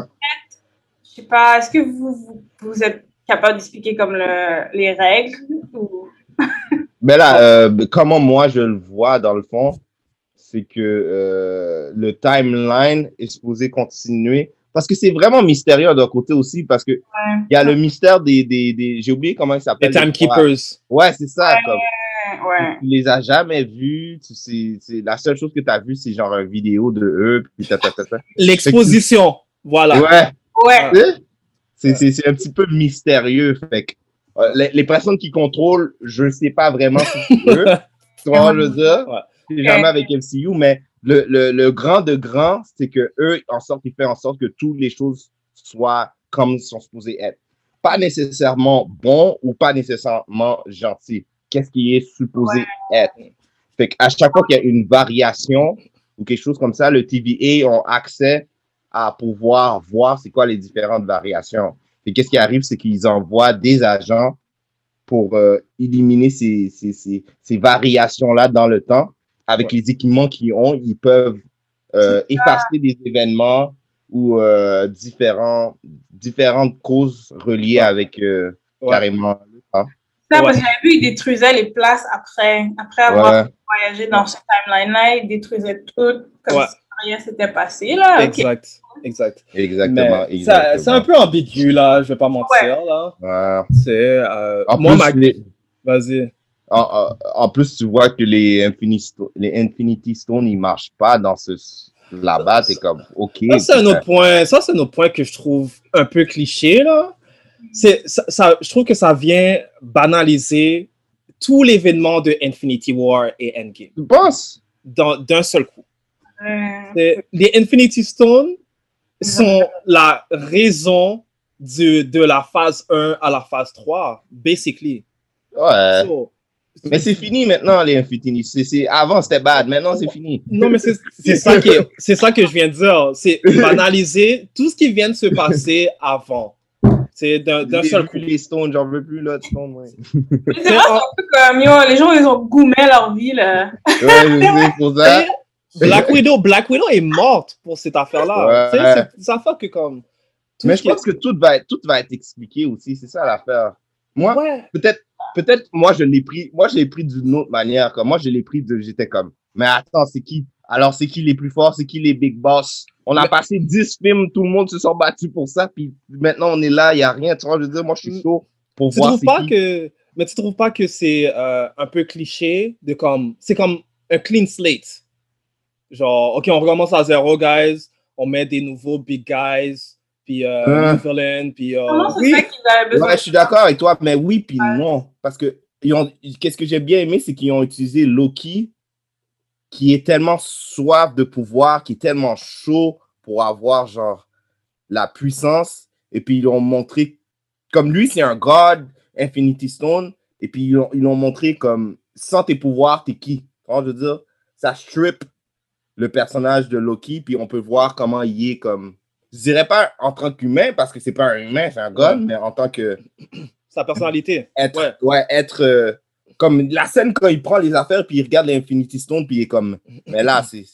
Je sais pas, est-ce que vous êtes capable d'expliquer comme les règles ou... Ben là, comment moi je le vois dans le fond, c'est que le timeline est supposé continuer. Parce que c'est vraiment mystérieux d'un côté aussi, parce que il y a le mystère des j'ai oublié comment il s'appelle. Les Timekeepers. Ouais, c'est ça. Comme, tu les as jamais vus. C'est la seule chose que tu as vue, c'est genre une vidéo de eux. Puis l'exposition. Voilà. Ouais. C'est un petit peu mystérieux. Fait que, les personnes qui contrôlent, je ne sais pas vraiment si c'est eux. Tu vois, je veux dire. C'est jamais avec MCU, mais le grand de grand, c'est que eux, ils font en sorte que toutes les choses soient comme sont supposées être. Pas nécessairement bon ou pas nécessairement gentil. Qu'est-ce qui est supposé être? Fait qu'à chaque fois qu'il y a une variation ou quelque chose comme ça, le TVA ont accès à pouvoir voir c'est quoi les différentes variations. Et qu'est-ce qui arrive, c'est qu'ils envoient des agents pour éliminer ces variations-là dans le temps. Avec les équipements qu'ils ont, ils peuvent effacer des événements ou différentes causes reliées avec carrément. Ça, parce que j'avais vu, ils détruisaient les places après avoir voyagé dans ce timeline-là, ils détruisaient tout comme si rien s'était passé. Là. Exactement. C'est un peu ambigu, là, je vais pas mentir. Là. C'est, Vas-y. En plus, tu vois que les Infinity Stones, ils marchent pas dans là-bas. T'es comme, OK. Ça, c'est un autre point que je trouve un peu cliché, là. Je trouve que ça vient banaliser tout l'événement de Infinity War et Endgame. Tu penses? D'un seul coup. Les Infinity Stones sont la raison de la phase 1 à la phase 3, basically. Ouais. Mais c'est fini maintenant, les Infinity. Avant, c'était bad. Maintenant, c'est fini. Non, mais c'est ça que je viens de dire. C'est banaliser tout ce qui vient de se passer avant. C'est d'un seul coup. Les Stones, j'en veux plus, là, de Stones, ouais. C'est vrai, c'est un peu comme, les gens, ils ont goumé leur vie, là. Ouais, je sais, pour ça. Black Widow est morte pour cette affaire-là. Ça fait que comme Mais je pense que tout va être expliqué aussi, c'est ça l'affaire. Moi, peut-être, moi, je l'ai pris d'une autre manière. Comme moi, j'étais comme, mais attends, c'est qui? Alors, c'est qui les plus forts? C'est qui les big boss? On a passé 10 films, tout le monde se sont battus pour ça, puis maintenant, on est là, il n'y a rien. Tu vois, je veux dire, moi, je suis chaud pour voir c'est qui. Mais tu trouves pas que c'est un peu cliché de comme, c'est comme un clean slate? Genre, OK, on recommence à zéro, guys. On met des nouveaux big guys, puis new villain, puis... oui, je suis d'accord avec toi, mais oui, puis non. Parce que, qu'est-ce que j'ai bien aimé, c'est qu'ils ont utilisé Loki, qui est tellement soif de pouvoir, qui est tellement chaud pour avoir, genre, la puissance. Et puis, ils ont montré, comme lui, c'est un god, Infinity Stone, et puis ils l'ont montré comme, sans tes pouvoirs, t'es qui? Je veux dire, ça strip le personnage de Loki, puis on peut voir comment il est comme, je dirais pas en tant qu'humain, parce que c'est pas un humain, c'est un god, mais en tant que... Sa personnalité. Être comme la scène quand il prend les affaires, puis il regarde l'Infinity Stone, puis il est comme, mais là, c'est...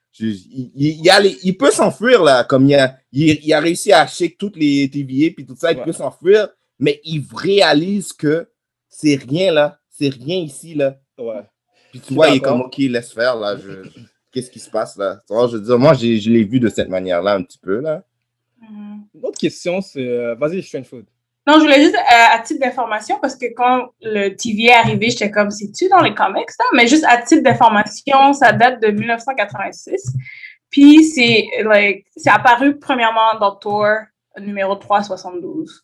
Il peut s'enfuir, là, comme il a réussi à shake toutes les TVA, puis tout ça, il peut s'enfuir, mais il réalise que c'est rien, là, c'est rien ici, là. Ouais. Puis tu vois, il est comme, OK, laisse faire, là, qu'est-ce qui se passe, là? Tu vois, je veux dire, moi, je l'ai vu de cette manière-là, un petit peu, là. Une autre question, c'est... Vas-y, Strange Food. Non, je voulais juste, à titre d'information, parce que quand le TVA est arrivé, j'étais comme, c'est-tu dans les comics, là? Mais juste à titre d'information, ça date de 1986. Puis c'est apparu premièrement dans Thor numéro 372.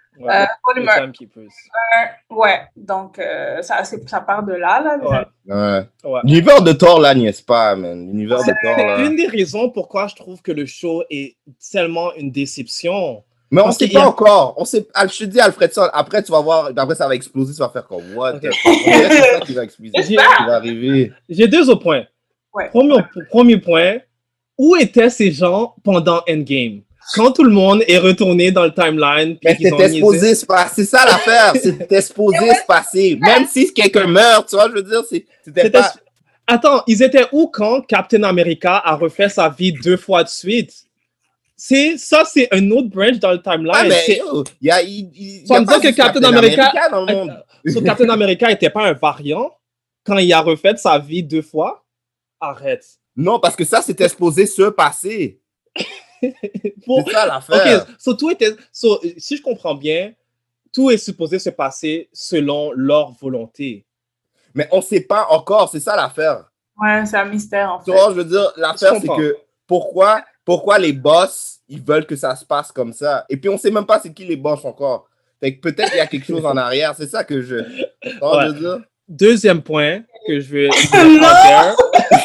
Ouais, donc ça part de là. Ouais. L'univers de Thor, là, n'y est pas, man. L'univers de Thor, là. C'est une des raisons pourquoi je trouve que le show est tellement une déception. Mais on ne sait pas encore. Je te dis, Alfredson, après, tu vas voir, après, ça va exploser, tu vas faire comme, what? C'est ça qui va exploser, qui va arriver. J'ai deux autres points. Ouais. Premier point, où étaient ces gens pendant Endgame? Quand tout le monde est retourné dans le timeline. Mais c'était supposé se passer. C'est ça l'affaire. C'était supposé se passer. Même si quelqu'un meurt, tu vois, je veux dire, c'était pas... Attends, ils étaient où quand Captain America a refait sa vie 2 fois de suite? Ça, c'est un autre branch dans le timeline. Ah, mais ça veut dire que Captain America dans le monde. Captain America n'était pas un variant quand il a refait sa vie 2 fois? Arrête. Non, parce que ça, c'était supposé se passer. C'est ça l'affaire. OK, si je comprends bien, tout est supposé se passer selon leur volonté. Mais on ne sait pas encore, c'est ça l'affaire. Ouais, c'est un mystère en fait. Tu vois, je veux dire, l'affaire, c'est que pourquoi les boss, ils veulent que ça se passe comme ça? Et puis, on ne sait même pas c'est qui les boss encore. Fait que peut-être qu'il y a quelque chose en arrière. C'est ça que je veux dire. Deuxième point que je vais non!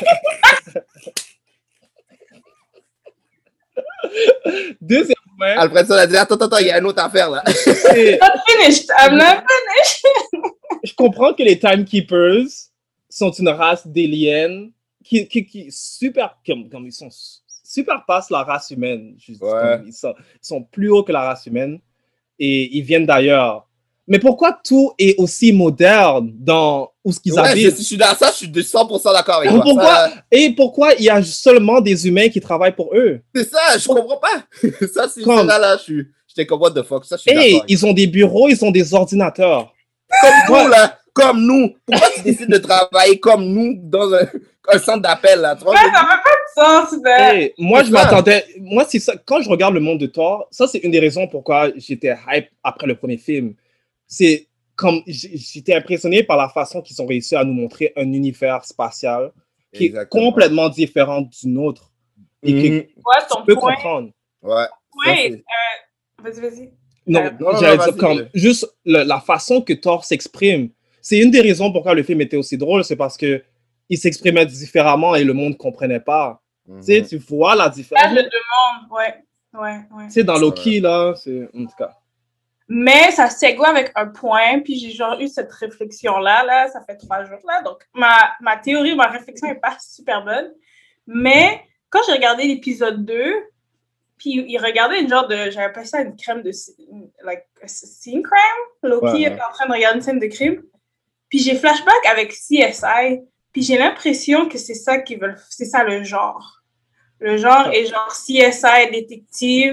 Deuxième point. Alfredson a dit, attends, il y a une autre affaire là. I'm not finished. Je comprends que les Timekeepers sont une race d'aliens qui comme ils sont superpassent la race humaine. Ils sont plus hauts que la race humaine et ils viennent d'ailleurs. Mais pourquoi tout est aussi moderne dans où ce qu'ils habitent? Je suis 100% d'accord avec toi. Pourquoi il y a seulement des humains qui travaillent pour eux? C'est ça, je comprends pas. Ça, c'est là, j'étais comme what the fuck. Ça, je suis d'accord. Ils ont des bureaux, ils ont des ordinateurs. Comme nous, là. Comme nous. Pourquoi tu décides de travailler comme nous dans un centre d'appel, là? Ça fait pas de sens, moi, je m'attendais... Moi, c'est ça. Quand je regarde le monde de Thor, ça, c'est une des raisons pourquoi j'étais hype après le premier film. C'est comme j'étais impressionné par la façon qu'ils ont réussi à nous montrer un univers spatial qui est complètement différent du nôtre et que tu peux comprendre. Ouais. Vas-y. Non, j'allais dire comme juste la façon que Thor s'exprime. C'est une des raisons pourquoi le film était aussi drôle, c'est parce que il s'exprimait différemment et le monde ne comprenait pas. Tu sais, tu vois la différence. Là, je demande, ouais. Tu sais, dans Loki, là, c'est en tout cas. Mais ça segue avec un point, puis j'ai genre eu cette réflexion-là, ça fait 3 jours, là. Donc, ma théorie, ma réflexion n'est pas super bonne. Mais quand j'ai regardé l'épisode 2, puis il regardait une genre de, j'avais appelé ça une crème de, like, scene crime. Loki était en train de regarder une scène de crime. Puis j'ai flashback avec CSI, puis j'ai l'impression que c'est ça qu'ils veulent, c'est ça le genre. Le genre est genre CSI détective,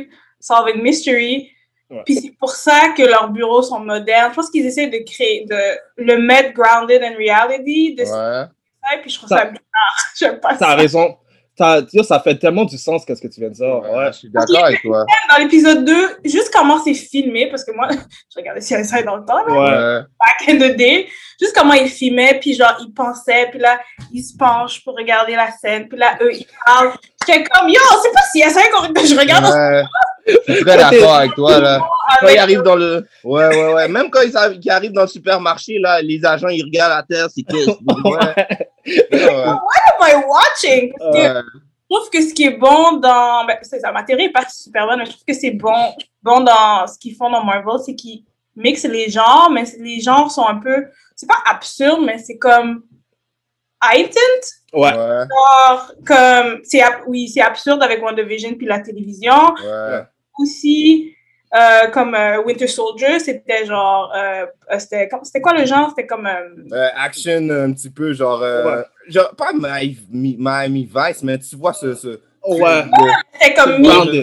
solving mystery. Ouais. Puis c'est pour ça que leurs bureaux sont modernes. Je pense qu'ils essaient de le mettre grounded in reality. Puis je trouve ça bizarre. J'aime pas ça. T'as raison. Ça fait tellement du sens qu'est-ce que tu viens de dire. Ouais. Je suis d'accord avec toi. Dans l'épisode 2, juste comment c'est filmé, parce que moi, je regardais CSI dans le temps, là, back in the day, juste comment ils filmaient, puis genre, ils pensaient, puis là, ils se penchent pour regarder la scène, puis là, eux, ils parlent. J'étais comme, yo, c'est pas CSI que je regarde. Je suis très d'accord avec toi, là. Quand ils arrivent dans le... Ouais. Même quand ils arrivent dans le supermarché, là, les agents, ils regardent à terre, c'est qu'est-ce What am I watching? Je trouve que ce qui est bon dans... Ben, ma théorie est pas super bonne, mais je trouve que c'est bon dans ce qu'ils font dans Marvel, c'est qu'ils mixent les genres, mais les genres sont un peu... C'est pas absurde, mais c'est comme... heightened. Ouais. Genre, comme... c'est absurde avec WandaVision puis la télévision. Ouais. Aussi... comme Winter Soldier, c'était genre... c'était quoi le genre? C'était comme... action, un petit peu, genre pas Miami Vice, mais tu vois ce ouais. C'était comme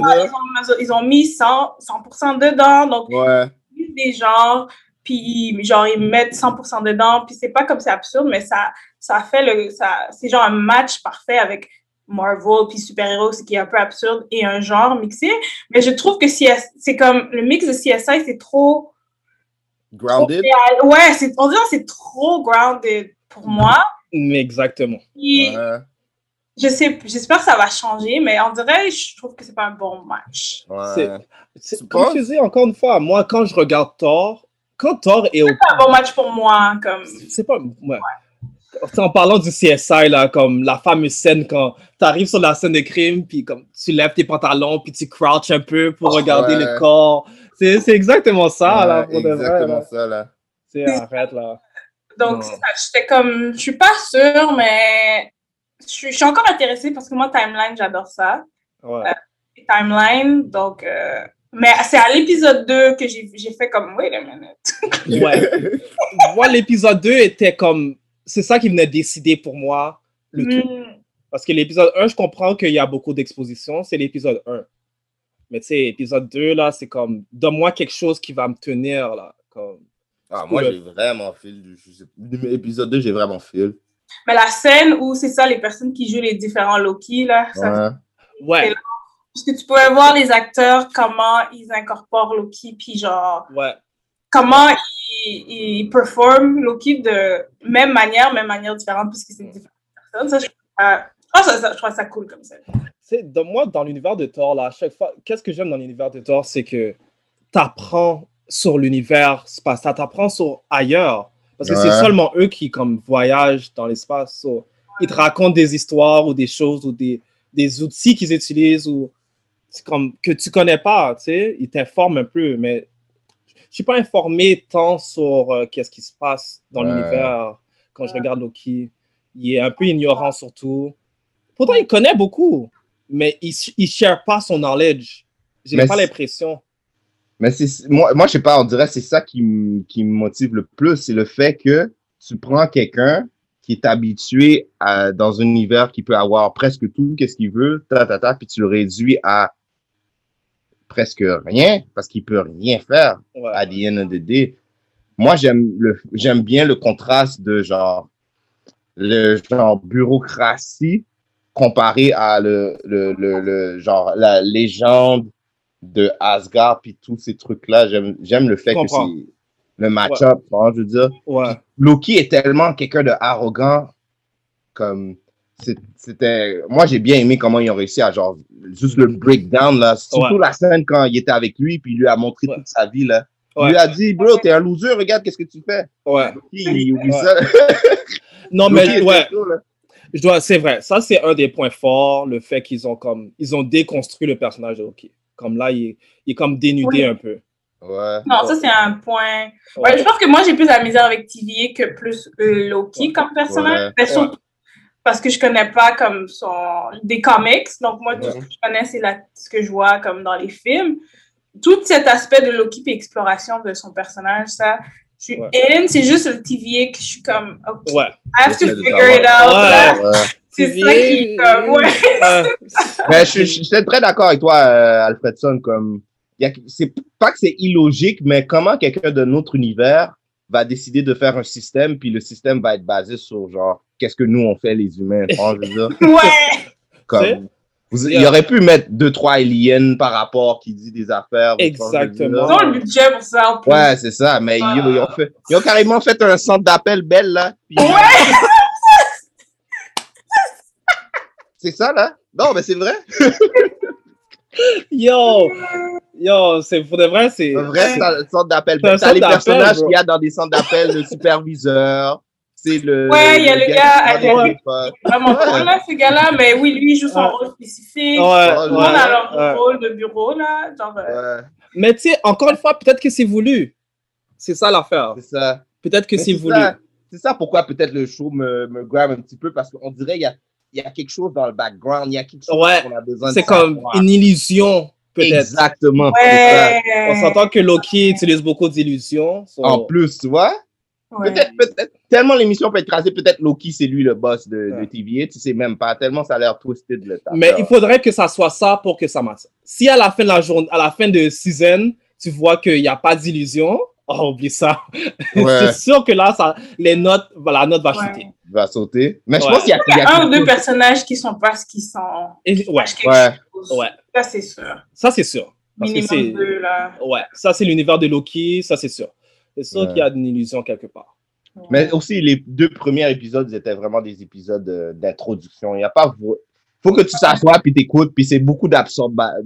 ils ont mis 100% dedans, donc ils mis des genres, puis genre ils mettent 100% dedans, puis c'est pas comme c'est absurde, mais ça fait c'est genre un match parfait avec Marvel puis super-héros, ce qui est un peu absurde, et un genre mixé. Mais je trouve que c'est comme le mix de CSI, c'est trop grounded. On dirait que c'est trop grounded pour moi. Exactement. Puis, j'espère que ça va changer, mais on dirait, je trouve que c'est pas un bon match. Comme je disais encore une fois, moi, quand je regarde Thor, est au... C'est pas un bon match pour moi. Comme... C'est pas... Ouais. En parlant du CSI, là, comme la fameuse scène quand tu arrives sur la scène de crime, puis comme tu lèves tes pantalons, puis tu crouches un peu pour regarder le corps. C'est exactement ça, là. Pour exactement ça, là. Arrête, là. Donc, c'est ça. J'étais comme... Je suis pas sûre, mais... Je suis encore intéressée parce que moi, Timeline, j'adore ça. Ouais. Timeline, donc... Mais c'est à l'épisode 2 que j'ai fait comme... Wait a minute. Ouais. Moi, l'épisode 2 était comme... C'est ça qui venait décider pour moi le tout. Parce que l'épisode 1, je comprends qu'il y a beaucoup d'expositions. C'est l'épisode 1. Mais tu sais, l'épisode 2, là, c'est comme... Donne-moi quelque chose qui va me tenir, là. Comme... moi, j'ai vraiment fil. L'épisode 2, j'ai vraiment fil. Mais la scène où c'est ça, les personnes qui jouent les différents Loki, là. Ouais. Là, parce que tu pouvais voir les acteurs, comment ils incorporent Loki, puis genre... Ouais. Comment ils performent Loki de même manière différente, puisque c'est différentes personnes. Ça, je trouve ça cool comme ça. Moi, dans l'univers de Thor, là, à chaque fois, qu'est-ce que j'aime dans l'univers de Thor, c'est que t'apprends sur l'univers spatial, t'apprends sur ailleurs. Parce que c'est seulement eux qui comme voyagent dans l'espace. So, ils te racontent des histoires ou des choses ou des outils qu'ils utilisent ou comme que tu connais pas, tu sais. Ils t'informent un peu, mais je suis pas informé tant sur qu'est-ce qui se passe dans l'univers quand je regarde Loki. Il est un peu ignorant surtout. Pourtant, il connaît beaucoup, mais il share pas son knowledge. J'ai pas l'impression. Mais moi, je sais pas, on dirait que c'est ça qui me motive le plus, c'est le fait que tu prends quelqu'un qui est habitué dans un univers qui peut avoir presque tout, qu'est-ce qu'il veut, puis tu le réduis à presque rien, parce qu'il peut rien faire à the end of the day. Moi, j'aime bien le contraste de genre bureaucratie comparé à le genre la légende de Asgard puis tous ces trucs-là. J'aime le fait que c'est le match-up, je veux dire. Ouais. Loki est tellement quelqu'un de arrogant, comme moi j'ai bien aimé comment ils ont réussi à genre juste le breakdown là, surtout la scène quand il était avec lui puis il lui a montré toute sa vie là. Il lui a dit bro, t'es un loser, regarde qu'est-ce que tu fais. Loki, il oublie ça. Non mais c'est vrai, ça c'est un des points forts, le fait qu'ils ont déconstruit le personnage de Loki. Comme là il est comme dénudé un peu. Non, ça c'est un point. Je pense que moi j'ai plus la misère avec TVA que plus Loki comme personnage. Mais surtout parce que je connais pas comme des comics, donc moi tout ce que je connais c'est ce que je vois comme dans les films. Tout cet aspect de Loki et exploration de son personnage, ça, je suis in, c'est juste le TVA que je suis comme okay, I have to figure it out. C'est ça qui est comme Mais je suis très d'accord avec toi, Alfredson, comme c'est pas que c'est illogique, mais comment quelqu'un de notre univers va décider de faire un système, puis le système va être basé sur, genre, qu'est-ce que nous, on fait, les humains, je veux dire. Ouais! Comme, il aurait pu mettre 2-3 aliens par rapport qui dit des affaires. Exactement. Ils ont le budget pour ça, en plus. Ouais, c'est ça, mais ils ont carrément fait un centre d'appel belle, là. Puis, ouais! c'est ça, là? Non, mais c'est vrai. Yo, c'est pour de vrai, c'est... Un vrai centre d'appel. T'as les personnages qu'il y a dans des centres d'appel, le superviseur, c'est le... Ouais, il y a le gars... Vraiment bon, là, ce gars-là, mais oui, lui, il joue son rôle spécifique. Tout le monde a leur rôle de bureau, là. Genre, mais tu sais, encore une fois, peut-être que c'est voulu. C'est ça l'affaire. C'est ça. Peut-être que c'est voulu. C'est ça pourquoi peut-être le show me grab un petit peu, parce qu'on dirait qu'il y a quelque chose dans le background, il y a quelque chose qu'on a besoin de savoir. C'est comme une illusion, peut-être. Exactement. Ouais. On s'entend que Loki utilise beaucoup d'illusions. En plus, tu vois? Ouais. Peut-être, tellement l'émission peut être tracée, peut-être Loki, c'est lui le boss de TVA, tu sais même pas, tellement ça a l'air twisted le temps. Mais il faudrait que ça soit ça pour que ça marche. Si à la fin de la journée, à la fin de season, tu vois qu'il n'y a pas d'illusion, oublie ça. Ouais. C'est sûr que là, la note va chuter. Va sauter. Mais je pense qu'il y a un ou deux personnages qui sont pas ce qu'ils sont. Ouais. Ça, c'est sûr. Ça, c'est sûr. Parce minimum que deux, là. Ouais. Ça, c'est l'univers de Loki, ça, c'est sûr. C'est sûr qu'il y a une illusion quelque part. Mais aussi, les 2 premiers épisodes, ils étaient vraiment des épisodes d'introduction. Il n'y a pas... Faut que tu t'assoies puis t'écoutes, puis c'est beaucoup d'absorber.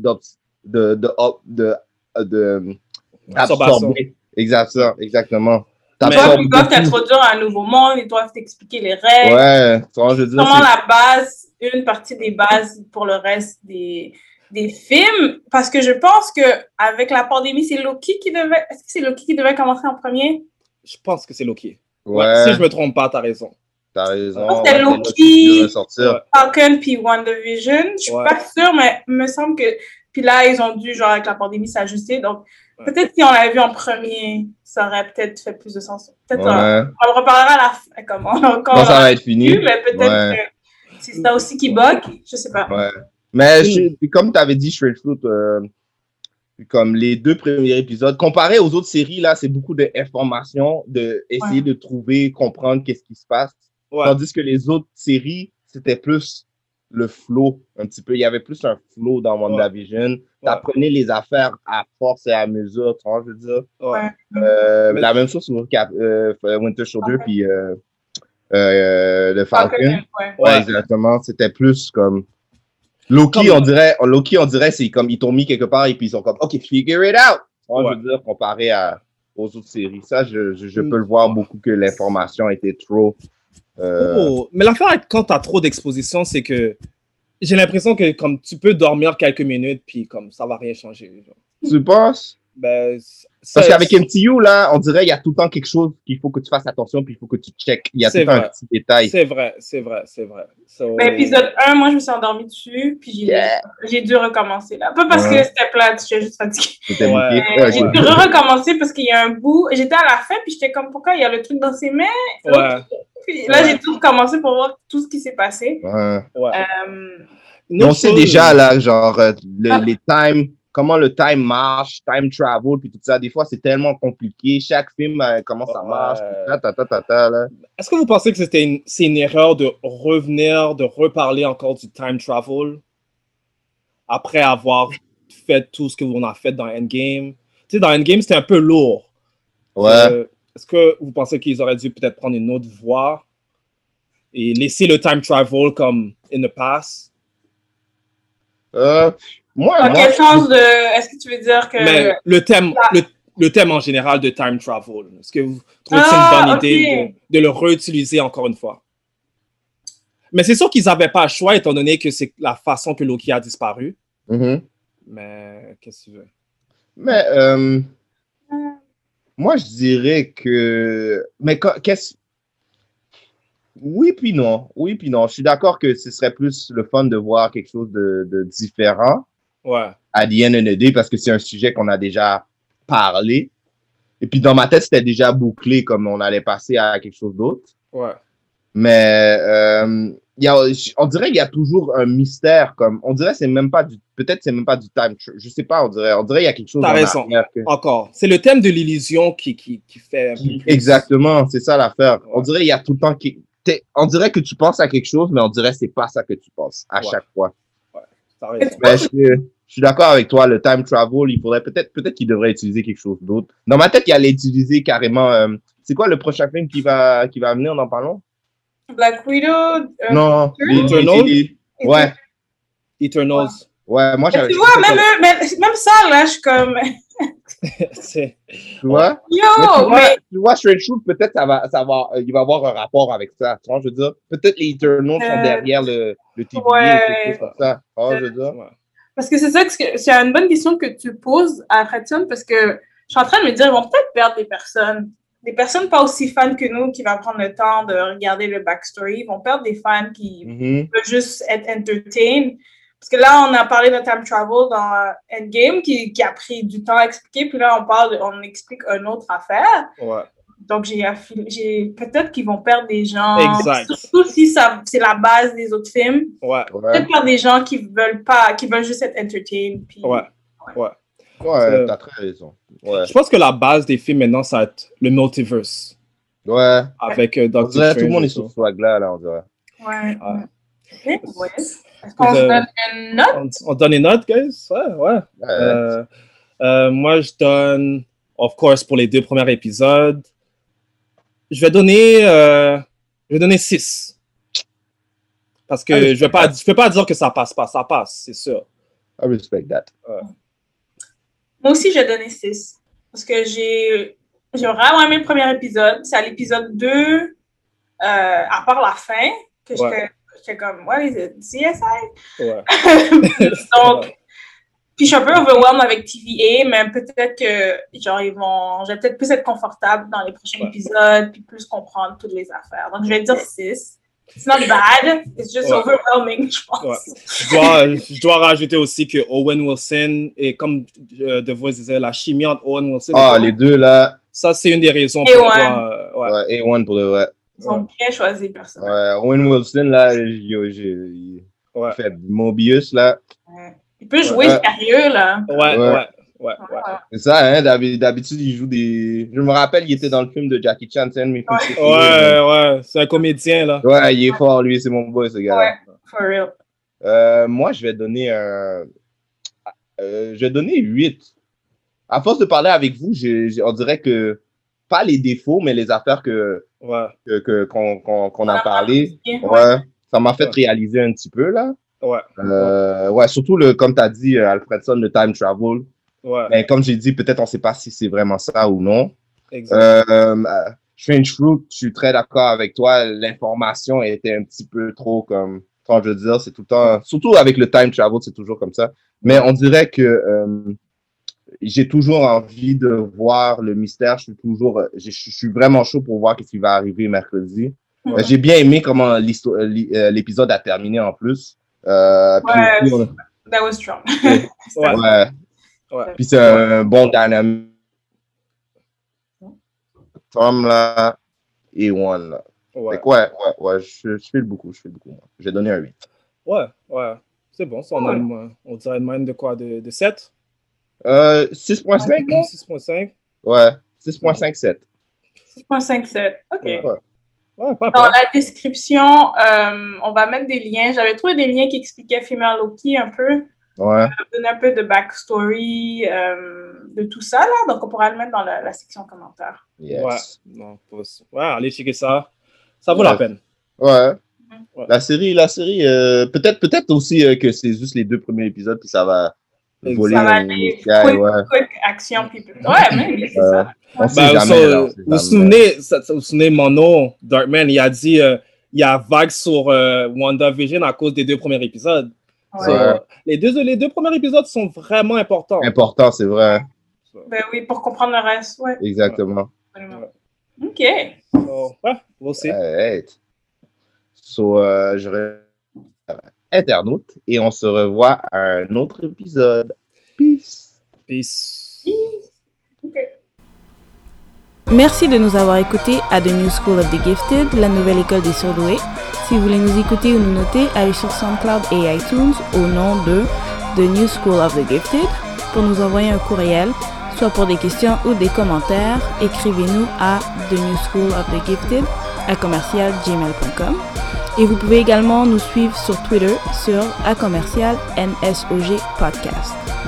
Exactement. Ils doivent t'introduire à un nouveau monde, ils doivent t'expliquer les règles. Ouais, je veux dire, comment la base, une partie des bases pour le reste des films, parce que je pense que avec la pandémie, c'est Loki qui devait... Est-ce que c'est Loki qui devait commencer en premier? Je pense que c'est Loki. Ouais. Si je me trompe pas, t'as raison. T'as raison. C'était Loki, Falcon, puis WandaVision. Je suis pas sûre, mais il me semble que... Puis là, ils ont dû, genre, avec la pandémie, s'ajuster. Donc, peut-être si on l'avait vu en premier, ça aurait peut-être fait plus de sens. Peut-être on le reparlera à la fin. Comment encore ça va être fini. Mais peut-être que c'est ça aussi qui bug. Je sais pas. Ouais. Mais comme tu avais dit, Straight Fruit, comme les 2 premiers épisodes, comparé aux autres séries, là, c'est beaucoup d'informations, d'essayer de trouver, comprendre qu'est-ce qui se passe. Tandis que les autres séries, c'était plus le flow, un petit peu. Il y avait plus un flow dans WandaVision. T'apprenais les affaires à force et à mesure, tu vois, je veux dire. La même chose sur Winter Soldier, puis le Falcon. Ouais, exactement. C'était plus comme... Loki, on dirait, c'est comme ils t'ont mis quelque part et puis ils sont comme, OK, figure it out. Je veux dire, comparé aux autres séries. Ça, je peux le voir beaucoup que l'information était trop. Mais l'affaire, quand tu as trop d'exposition, c'est que j'ai l'impression que comme tu peux dormir quelques minutes puis comme ça va rien changer. Genre. Tu penses? Ben, parce qu'avec MCU, là, on dirait qu'il y a tout le temps quelque chose qu'il faut que tu fasses attention puis il faut que tu checkes. Il y a tout un petit détail. C'est vrai. Ben, épisode 1, moi, je me suis endormie dessus puis j'ai dû recommencer là. Pas parce que c'était plate, j'étais juste fatiguée. J'ai dû recommencer parce qu'il y a un bout. J'étais à la fin puis j'étais comme, pourquoi il y a le truc dans ses mains? Puis là, j'ai tout recommencé pour voir tout ce qui s'est passé. On sait déjà, là, genre, les times, comment le time marche, time travel, puis tout ça. Des fois, c'est tellement compliqué. Chaque film, comment ça marche, là. Est-ce que vous pensez que c'est une erreur de revenir, de reparler encore du time travel après avoir fait tout ce que on a fait dans Endgame? Tu sais, dans Endgame, c'était un peu lourd. Est-ce que vous pensez qu'ils auraient dû peut-être prendre une autre voie et laisser le time travel comme in the past? Dans quel sens est-ce que tu veux dire que... Mais le thème en général de time travel, est-ce que vous trouvez que c'est une bonne idée de le réutiliser encore une fois? Mais c'est sûr qu'ils n'avaient pas le choix étant donné que c'est la façon que Loki a disparu. Mais qu'est-ce que tu veux? Mais... moi, je dirais que... Mais oui, puis non. Je suis d'accord que ce serait plus le fun de voir quelque chose de différent à the end of the day, parce que c'est un sujet qu'on a déjà parlé. Et puis, dans ma tête, c'était déjà bouclé, comme on allait passer à quelque chose d'autre. Mais on dirait qu'il y a toujours un mystère, comme, on dirait peut-être c'est même pas du time, je sais pas, on dirait il y a quelque chose T'as raison, encore. C'est le thème de l'illusion qui fait un peu plus. Exactement, c'est ça l'affaire. On dirait il y a tout le temps on dirait que tu penses à quelque chose, mais on dirait que c'est pas ça que tu penses à chaque fois. Ouais, t'as raison. Mais je suis d'accord avec toi, le time travel, il faudrait peut-être qu'il devrait utiliser quelque chose d'autre. Dans ma tête, il allait utiliser carrément, c'est quoi le prochain film qui va venir, en parlant? Black Widow. Non, Eternals. Ouais. Eternals. Ouais, moi j'avais. Tu vois, même ça, là, je suis comme. Tu vois? Tu vois, Strange Fruit, peut-être il va avoir un rapport avec ça. Tu vois, je veux dire, peut-être les Eternals sont derrière le TVA ou quelque chose comme ça. Je veux dire. Parce que c'est ça, c'est une bonne question que tu poses à Fredson, parce que je suis en train de me dire, ils vont peut-être perdre des personnes pas aussi fans que nous qui vont prendre le temps de regarder le backstory. Ils vont perdre des fans qui veulent juste être entertained. Parce que là, on a parlé de time travel dans Endgame qui a pris du temps à expliquer. Puis là, on explique une autre affaire. Ouais. Donc, peut-être qu'ils vont perdre des gens. Exact. Surtout si c'est la base des autres films. Ouais. Peut-être perdre des gens qui veulent juste être entertained. Puis, Ouais, t'as très raison. Ouais. Je pense que la base des films maintenant, ça va être le multiverse. Ouais. Avec Doctor Strange. Tout le monde est sur ce swag-là, on dirait. Ouais. Est-ce qu'on se donne une note? On donne une note, guys? Ouais. Moi, je donne, of course, pour les 2 premiers épisodes, je vais donner 6. Parce que je peux pas dire que ça passe pas. Ça passe, c'est sûr. I respect that. Moi aussi, j'ai donné 6. Parce que j'ai vraiment aimé le premier épisode. C'est à l'épisode 2, à part la fin, que j'étais comme, les CSI. Ouais. Donc, puis je suis un peu overwhelmed avec TVA, mais peut-être que, je vais peut-être plus être confortable dans les prochains épisodes, puis plus comprendre toutes les affaires. Donc, je vais dire 6. It's not bad, it's just overwhelming, je pense. Ouais. Je dois rajouter aussi que Owen Wilson, et comme The Voice disait, la chimie entre Owen Wilson les deux là. Ça, c'est une des raisons pourquoi. A1 pour de vrai. Ils ont bien choisi personne. Owen Wilson, là, il fait Mobius, là. Il peut jouer sérieux, là. Ouais. C'est ça, hein, d'habitude, il joue des... Je me rappelle, il était dans le film de Jackie Chan, Ouais, c'est un comédien, là. Ouais, il est fort, lui, c'est mon boy, ce gars-là. Ouais, for real. Moi, je vais donner 8. À force de parler avec vous, on dirait que, pas les défauts, mais les affaires qu'on a parlé, ça m'a fait réaliser un petit peu, là. Surtout, comme tu as dit, Alfredson, le time travel. Mais comme j'ai dit, peut-être on ne sait pas si c'est vraiment ça ou non. Strange Fruit, je suis très d'accord avec toi. L'information était un petit peu trop comme, quand je veux dire, c'est tout le temps, surtout avec le time travel, c'est toujours comme ça. Mais on dirait que j'ai toujours envie de voir le mystère. Je suis vraiment chaud pour voir ce qui va arriver mercredi. J'ai bien aimé comment l'épisode a terminé en plus. That was strong. Puis c'est un bon dynamique. Tom là et One là. Je fais beaucoup. J'ai donné un 8. Ouais. C'est bon, ça, on dirait une moyenne de quoi? De 7? 6.5, non? 6.5? Ouais, 6.57. 6.57, ok. Pas Dans la description, on va mettre des liens. J'avais trouvé des liens qui expliquaient Female Loki un peu. Donner un peu de backstory de tout ça, là. Donc, on pourra le mettre dans la section commentaires. Yes. Allez checker ça. Ça vaut la peine. La série, peut-être aussi que c'est juste les 2 premiers épisodes, puis ça va voler. Ça va aller quick action, puis mais c'est ça. On sait jamais. Vous vous souvenez, Mono, Darkman, il a dit il y a vague sur WandaVision à cause des 2 premiers épisodes. Les deux premiers épisodes sont vraiment importants. Importants, c'est vrai. Ben oui, pour comprendre le reste, Exactement. OK. We'll see. Je reste internaute et on se revoit à un autre épisode. Peace. Okay. Merci de nous avoir écoutés à The New School of the Gifted, la nouvelle école des surdoués. Si vous voulez nous écouter ou nous noter, allez sur SoundCloud et iTunes au nom de The New School of the Gifted. Pour nous envoyer un courriel, soit pour des questions ou des commentaires, écrivez-nous à thenewschoolofthegifted@gmail.com. Et vous pouvez également nous suivre sur Twitter sur @NSOG Podcast.